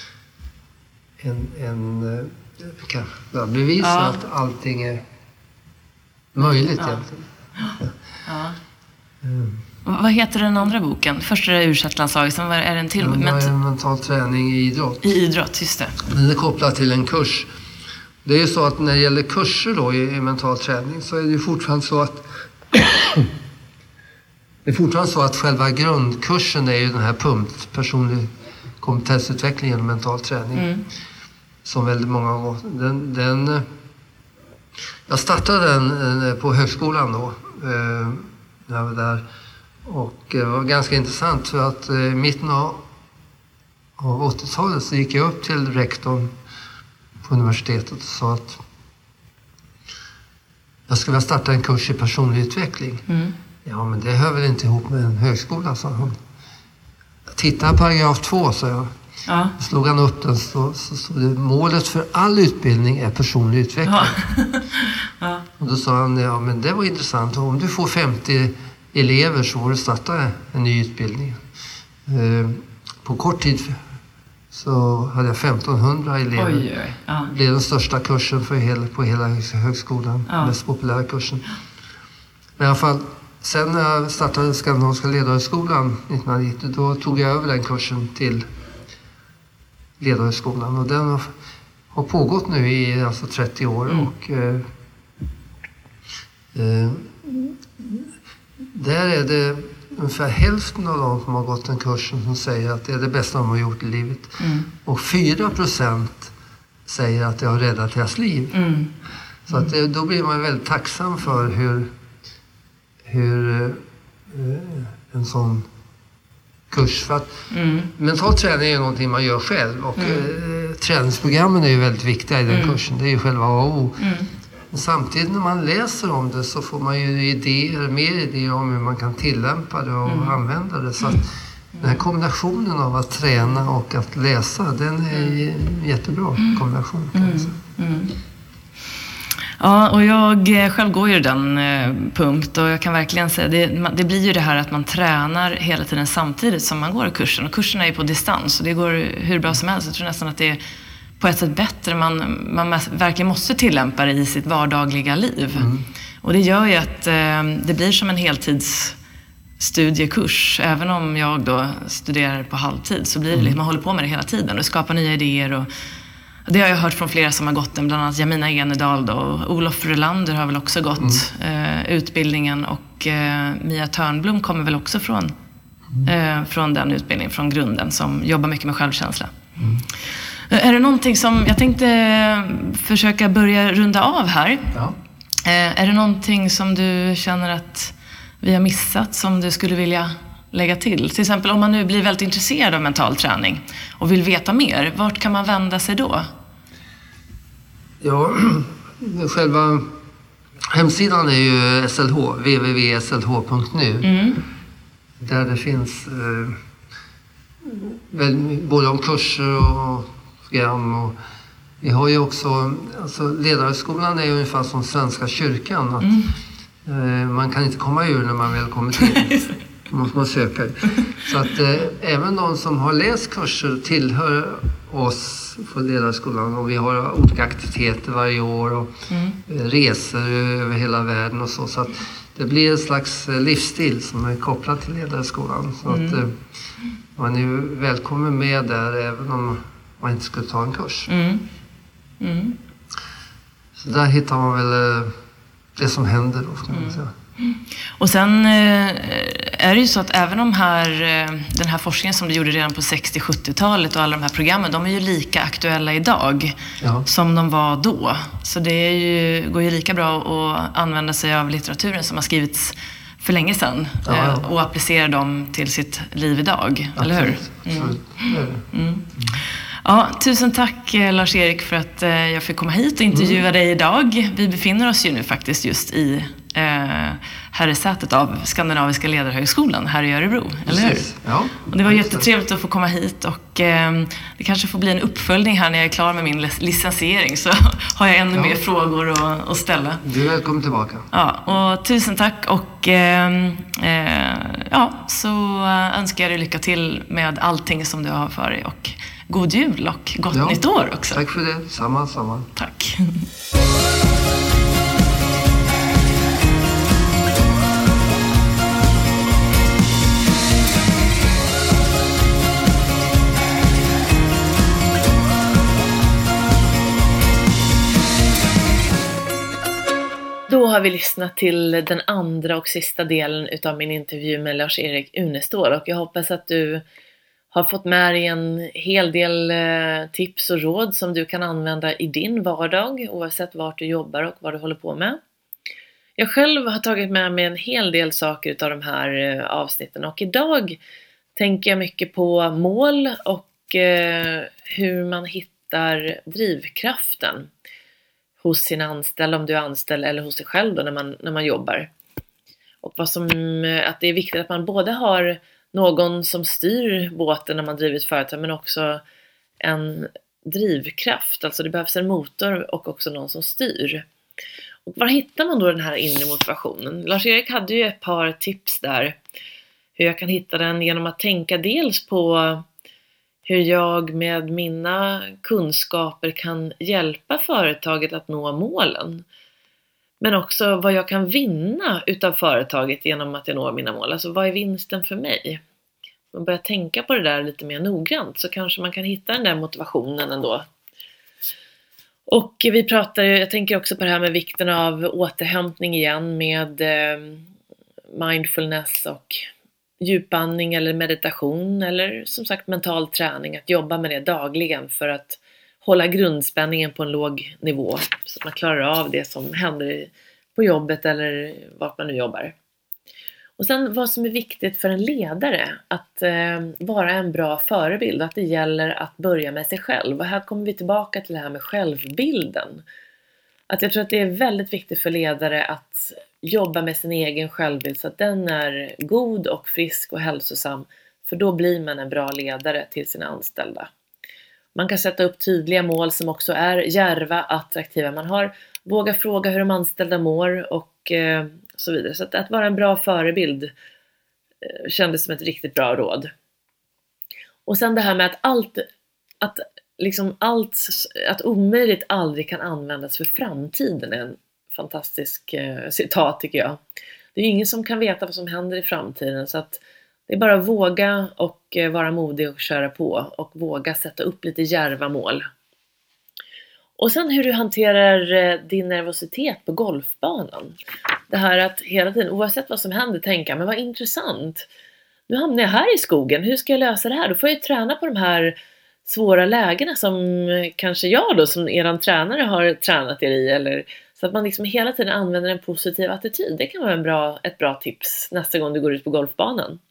en bevisa att allting är möjligt egentligen.
Ja. Vad heter den andra boken? Först är det U21-landslaget, sen är det en till.
Det är mental träning i idrott.
I idrott, just det.
Den är kopplad till en kurs. Det är ju så att när det gäller kurser då i mental träning, så är det ju fortfarande så att själva grundkursen är ju den här personlig kompetensutveckling genom mental träning. Som väldigt många gånger. Jag startade den på högskolan då. När jag var där. Och det var ganska intressant, för att i mitten av 80-talet så gick jag upp till rektorn på universitetet och sa att jag skulle vilja starta en kurs i personlig utveckling. Ja, men det hör väl inte ihop med en högskola, sa han. Titta paragraf 2, sa jag. Ja. Slog han upp den, så det, målet för all utbildning är personlig utveckling. Ja. Och då sa han, ja men det var intressant. Om du får 50 elever så får du starta en ny utbildning. På kort tid så hade jag 1500 elever. Oj. Ja. Det blev den största kursen på hela högskolan. Ja. Mest populära kursen. Men i alla fall, sen när jag startade Skandinaviska ledarhögskolan 1990, då tog jag över den kursen till ledarhögskolan. Och den har pågått nu i alltså 30 år och där är det ungefär hälften av de som har gått den kursen som säger att det är det bästa de har gjort i livet. Och 4% säger att det har räddat deras liv. Så att då blir man väldigt tacksam för hur en sån kurs. För att mental träning är ju någonting man gör själv och träningsprogrammen är ju väldigt viktiga i den kursen. Det är ju själva A och O. Men samtidigt när man läser om det så får man ju mer idéer om hur man kan tillämpa det och använda det. Så att den här kombinationen av att träna och att läsa, den är en jättebra kombination kan jag säga.
Ja, och jag själv går ju den punkt och jag kan verkligen säga det blir ju det här att man tränar hela tiden samtidigt som man går kursen. Och kursen är ju på distans och det går hur bra som helst. Jag tror nästan att det är på ett sätt bättre. Man verkligen måste tillämpa det i sitt vardagliga liv. Och det gör ju att det blir som en heltidsstudiekurs. Även om jag då studerar på halvtid så blir det liksom, man håller på med det hela tiden och skapar nya idéer. Och det har jag hört från flera som har gått den, bland annat Jamina Enedal då, och Olof Relander har väl också gått utbildningen och Mia Törnblom kommer väl också från den utbildningen, från grunden, som jobbar mycket med självkänsla. Är det någonting som jag tänkte försöka börja runda av här?
Ja.
Är det någonting som du känner att vi har missat som du skulle vilja lägga till? Till exempel om man nu blir väldigt intresserad av mental träning och vill veta mer, vart kan man vända sig då?
Ja, själva hemsidan är ju SLH, www.slh.nu. Där det finns både om kurser och program. Och vi har ju också, alltså ledarskolan är ju ungefär som Svenska kyrkan. Att, man kan inte komma ur när man väl kommer till. Man måste söka. Så att även de som har läst kurser tillhör oss på ledarskolan och vi har olika aktiviteter varje år och resor över hela världen och så. Så att det blir en slags livsstil som är kopplad till ledarskolan. Så att man är ju välkommen med där även om man inte skulle ta en kurs. Så där hittar man väl det som händer då, kan man säga.
Och sen är det ju så att även den här forskningen som du gjorde redan på 60-70-talet och alla de här programmen, de är ju lika aktuella idag som de var då. Så det är går ju lika bra att använda sig av litteraturen som har skrivits för länge sedan och applicera dem till sitt liv idag, eller hur? Ja, tusen tack Lars-Erik för att jag fick komma hit och intervjua dig idag. Vi befinner oss ju nu faktiskt just i herresätet av Skandinaviska ledarhögskolan här i Örebro, eller hur?
Ja,
och det var jättetrevligt att få komma hit och det kanske får bli en uppföljning här när jag är klar med min licensiering, så har jag ännu mer frågor att ställa.
Du är välkommen tillbaka.
Ja, och tusen tack och så önskar jag dig lycka till med allting som du har för dig och god jul och gott nytt år också.
Tack för det. Samma.
Tack.
Då har vi lyssnat till den andra och sista delen utav min intervju med Lars-Erik Unestål och jag hoppas att du har fått med dig en hel del tips och råd som du kan använda i din vardag oavsett vart du jobbar och vad du håller på med. Jag själv har tagit med mig en hel del saker utav de här avsnitten och idag tänker jag mycket på mål och hur man hittar drivkraften hos sina anställda, om du är anställd, eller hos sig själv då när man jobbar. Och att det är viktigt att man både har någon som styr båten när man driver ett företag, men också en drivkraft. Alltså det behövs en motor och också någon som styr. Och var hittar man då den här inre motivationen? Lars-Erik hade ju ett par tips där. Hur jag kan hitta den genom att tänka dels på hur jag med mina kunskaper kan hjälpa företaget att nå målen. Men också vad jag kan vinna utav företaget genom att jag når mina mål. Alltså vad är vinsten för mig? Om man börjar tänka på det där lite mer noggrant så kanske man kan hitta den där motivationen ändå. Och vi pratar ju, jag tänker också på det här med vikten av återhämtning igen med mindfulness och djupandning eller meditation eller som sagt mental träning. Att jobba med det dagligen för att hålla grundspänningen på en låg nivå så att man klarar av det som händer på jobbet eller vart man nu jobbar. Och sen vad som är viktigt för en ledare, att vara en bra förebild, att det gäller att börja med sig själv. Och här kommer vi tillbaka till det här med självbilden. Att jag tror att det är väldigt viktigt för ledare att jobba med sin egen självbild så att den är god och frisk och hälsosam. För då blir man en bra ledare till sina anställda. Man kan sätta upp tydliga mål som också är djärva, attraktiva. Man vågar fråga hur de anställda mår och så vidare. Så att vara en bra förebild kändes som ett riktigt bra råd. Och sen det här med att omöjligt aldrig kan användas för framtiden är en fantastisk citat tycker jag. Det är ingen som kan veta vad som händer i framtiden, så att det är bara att våga och vara modig och köra på och våga sätta upp lite djärva mål. Och sen hur du hanterar din nervositet på golfbanan. Det här att hela tiden, oavsett vad som händer, tänka, men vad intressant. Nu hamnar jag här i skogen, hur ska jag lösa det här? Då får jag ju träna på de här svåra lägena som kanske jag då som eran tränare har tränat er i. Eller, så att man liksom hela tiden använder en positiv attityd. Det kan vara ett bra tips nästa gång du går ut på golfbanan.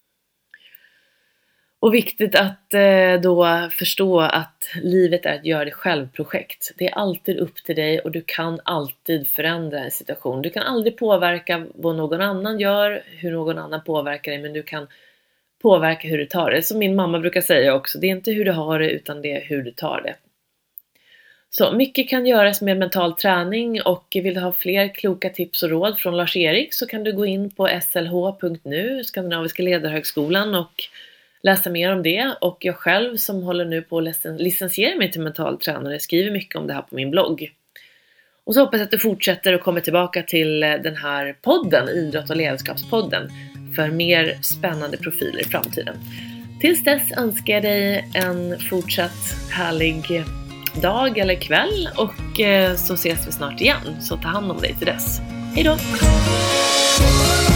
Och viktigt att då förstå att livet är ett gör det själv-projekt. Det är alltid upp till dig och du kan alltid förändra en situation. Du kan aldrig påverka vad någon annan gör, hur någon annan påverkar dig, men du kan påverka hur du tar det. Som min mamma brukar säga också, det är inte hur du har det utan det är hur du tar det. Så mycket kan göras med mental träning, och vill du ha fler kloka tips och råd från Lars-Erik så kan du gå in på slh.nu, Skandinaviska ledarhögskolan, och läsa mer om det. Och jag själv som håller nu på att licensiera mig till mental tränare skriver mycket om det här på min blogg. Och så hoppas jag att du fortsätter och kommer tillbaka till den här podden, Idrott- och ledarskapspodden, för mer spännande profiler i framtiden. Tills dess önskar jag dig en fortsatt härlig dag eller kväll, och så ses vi snart igen. Så ta hand om dig till dess. Hej då!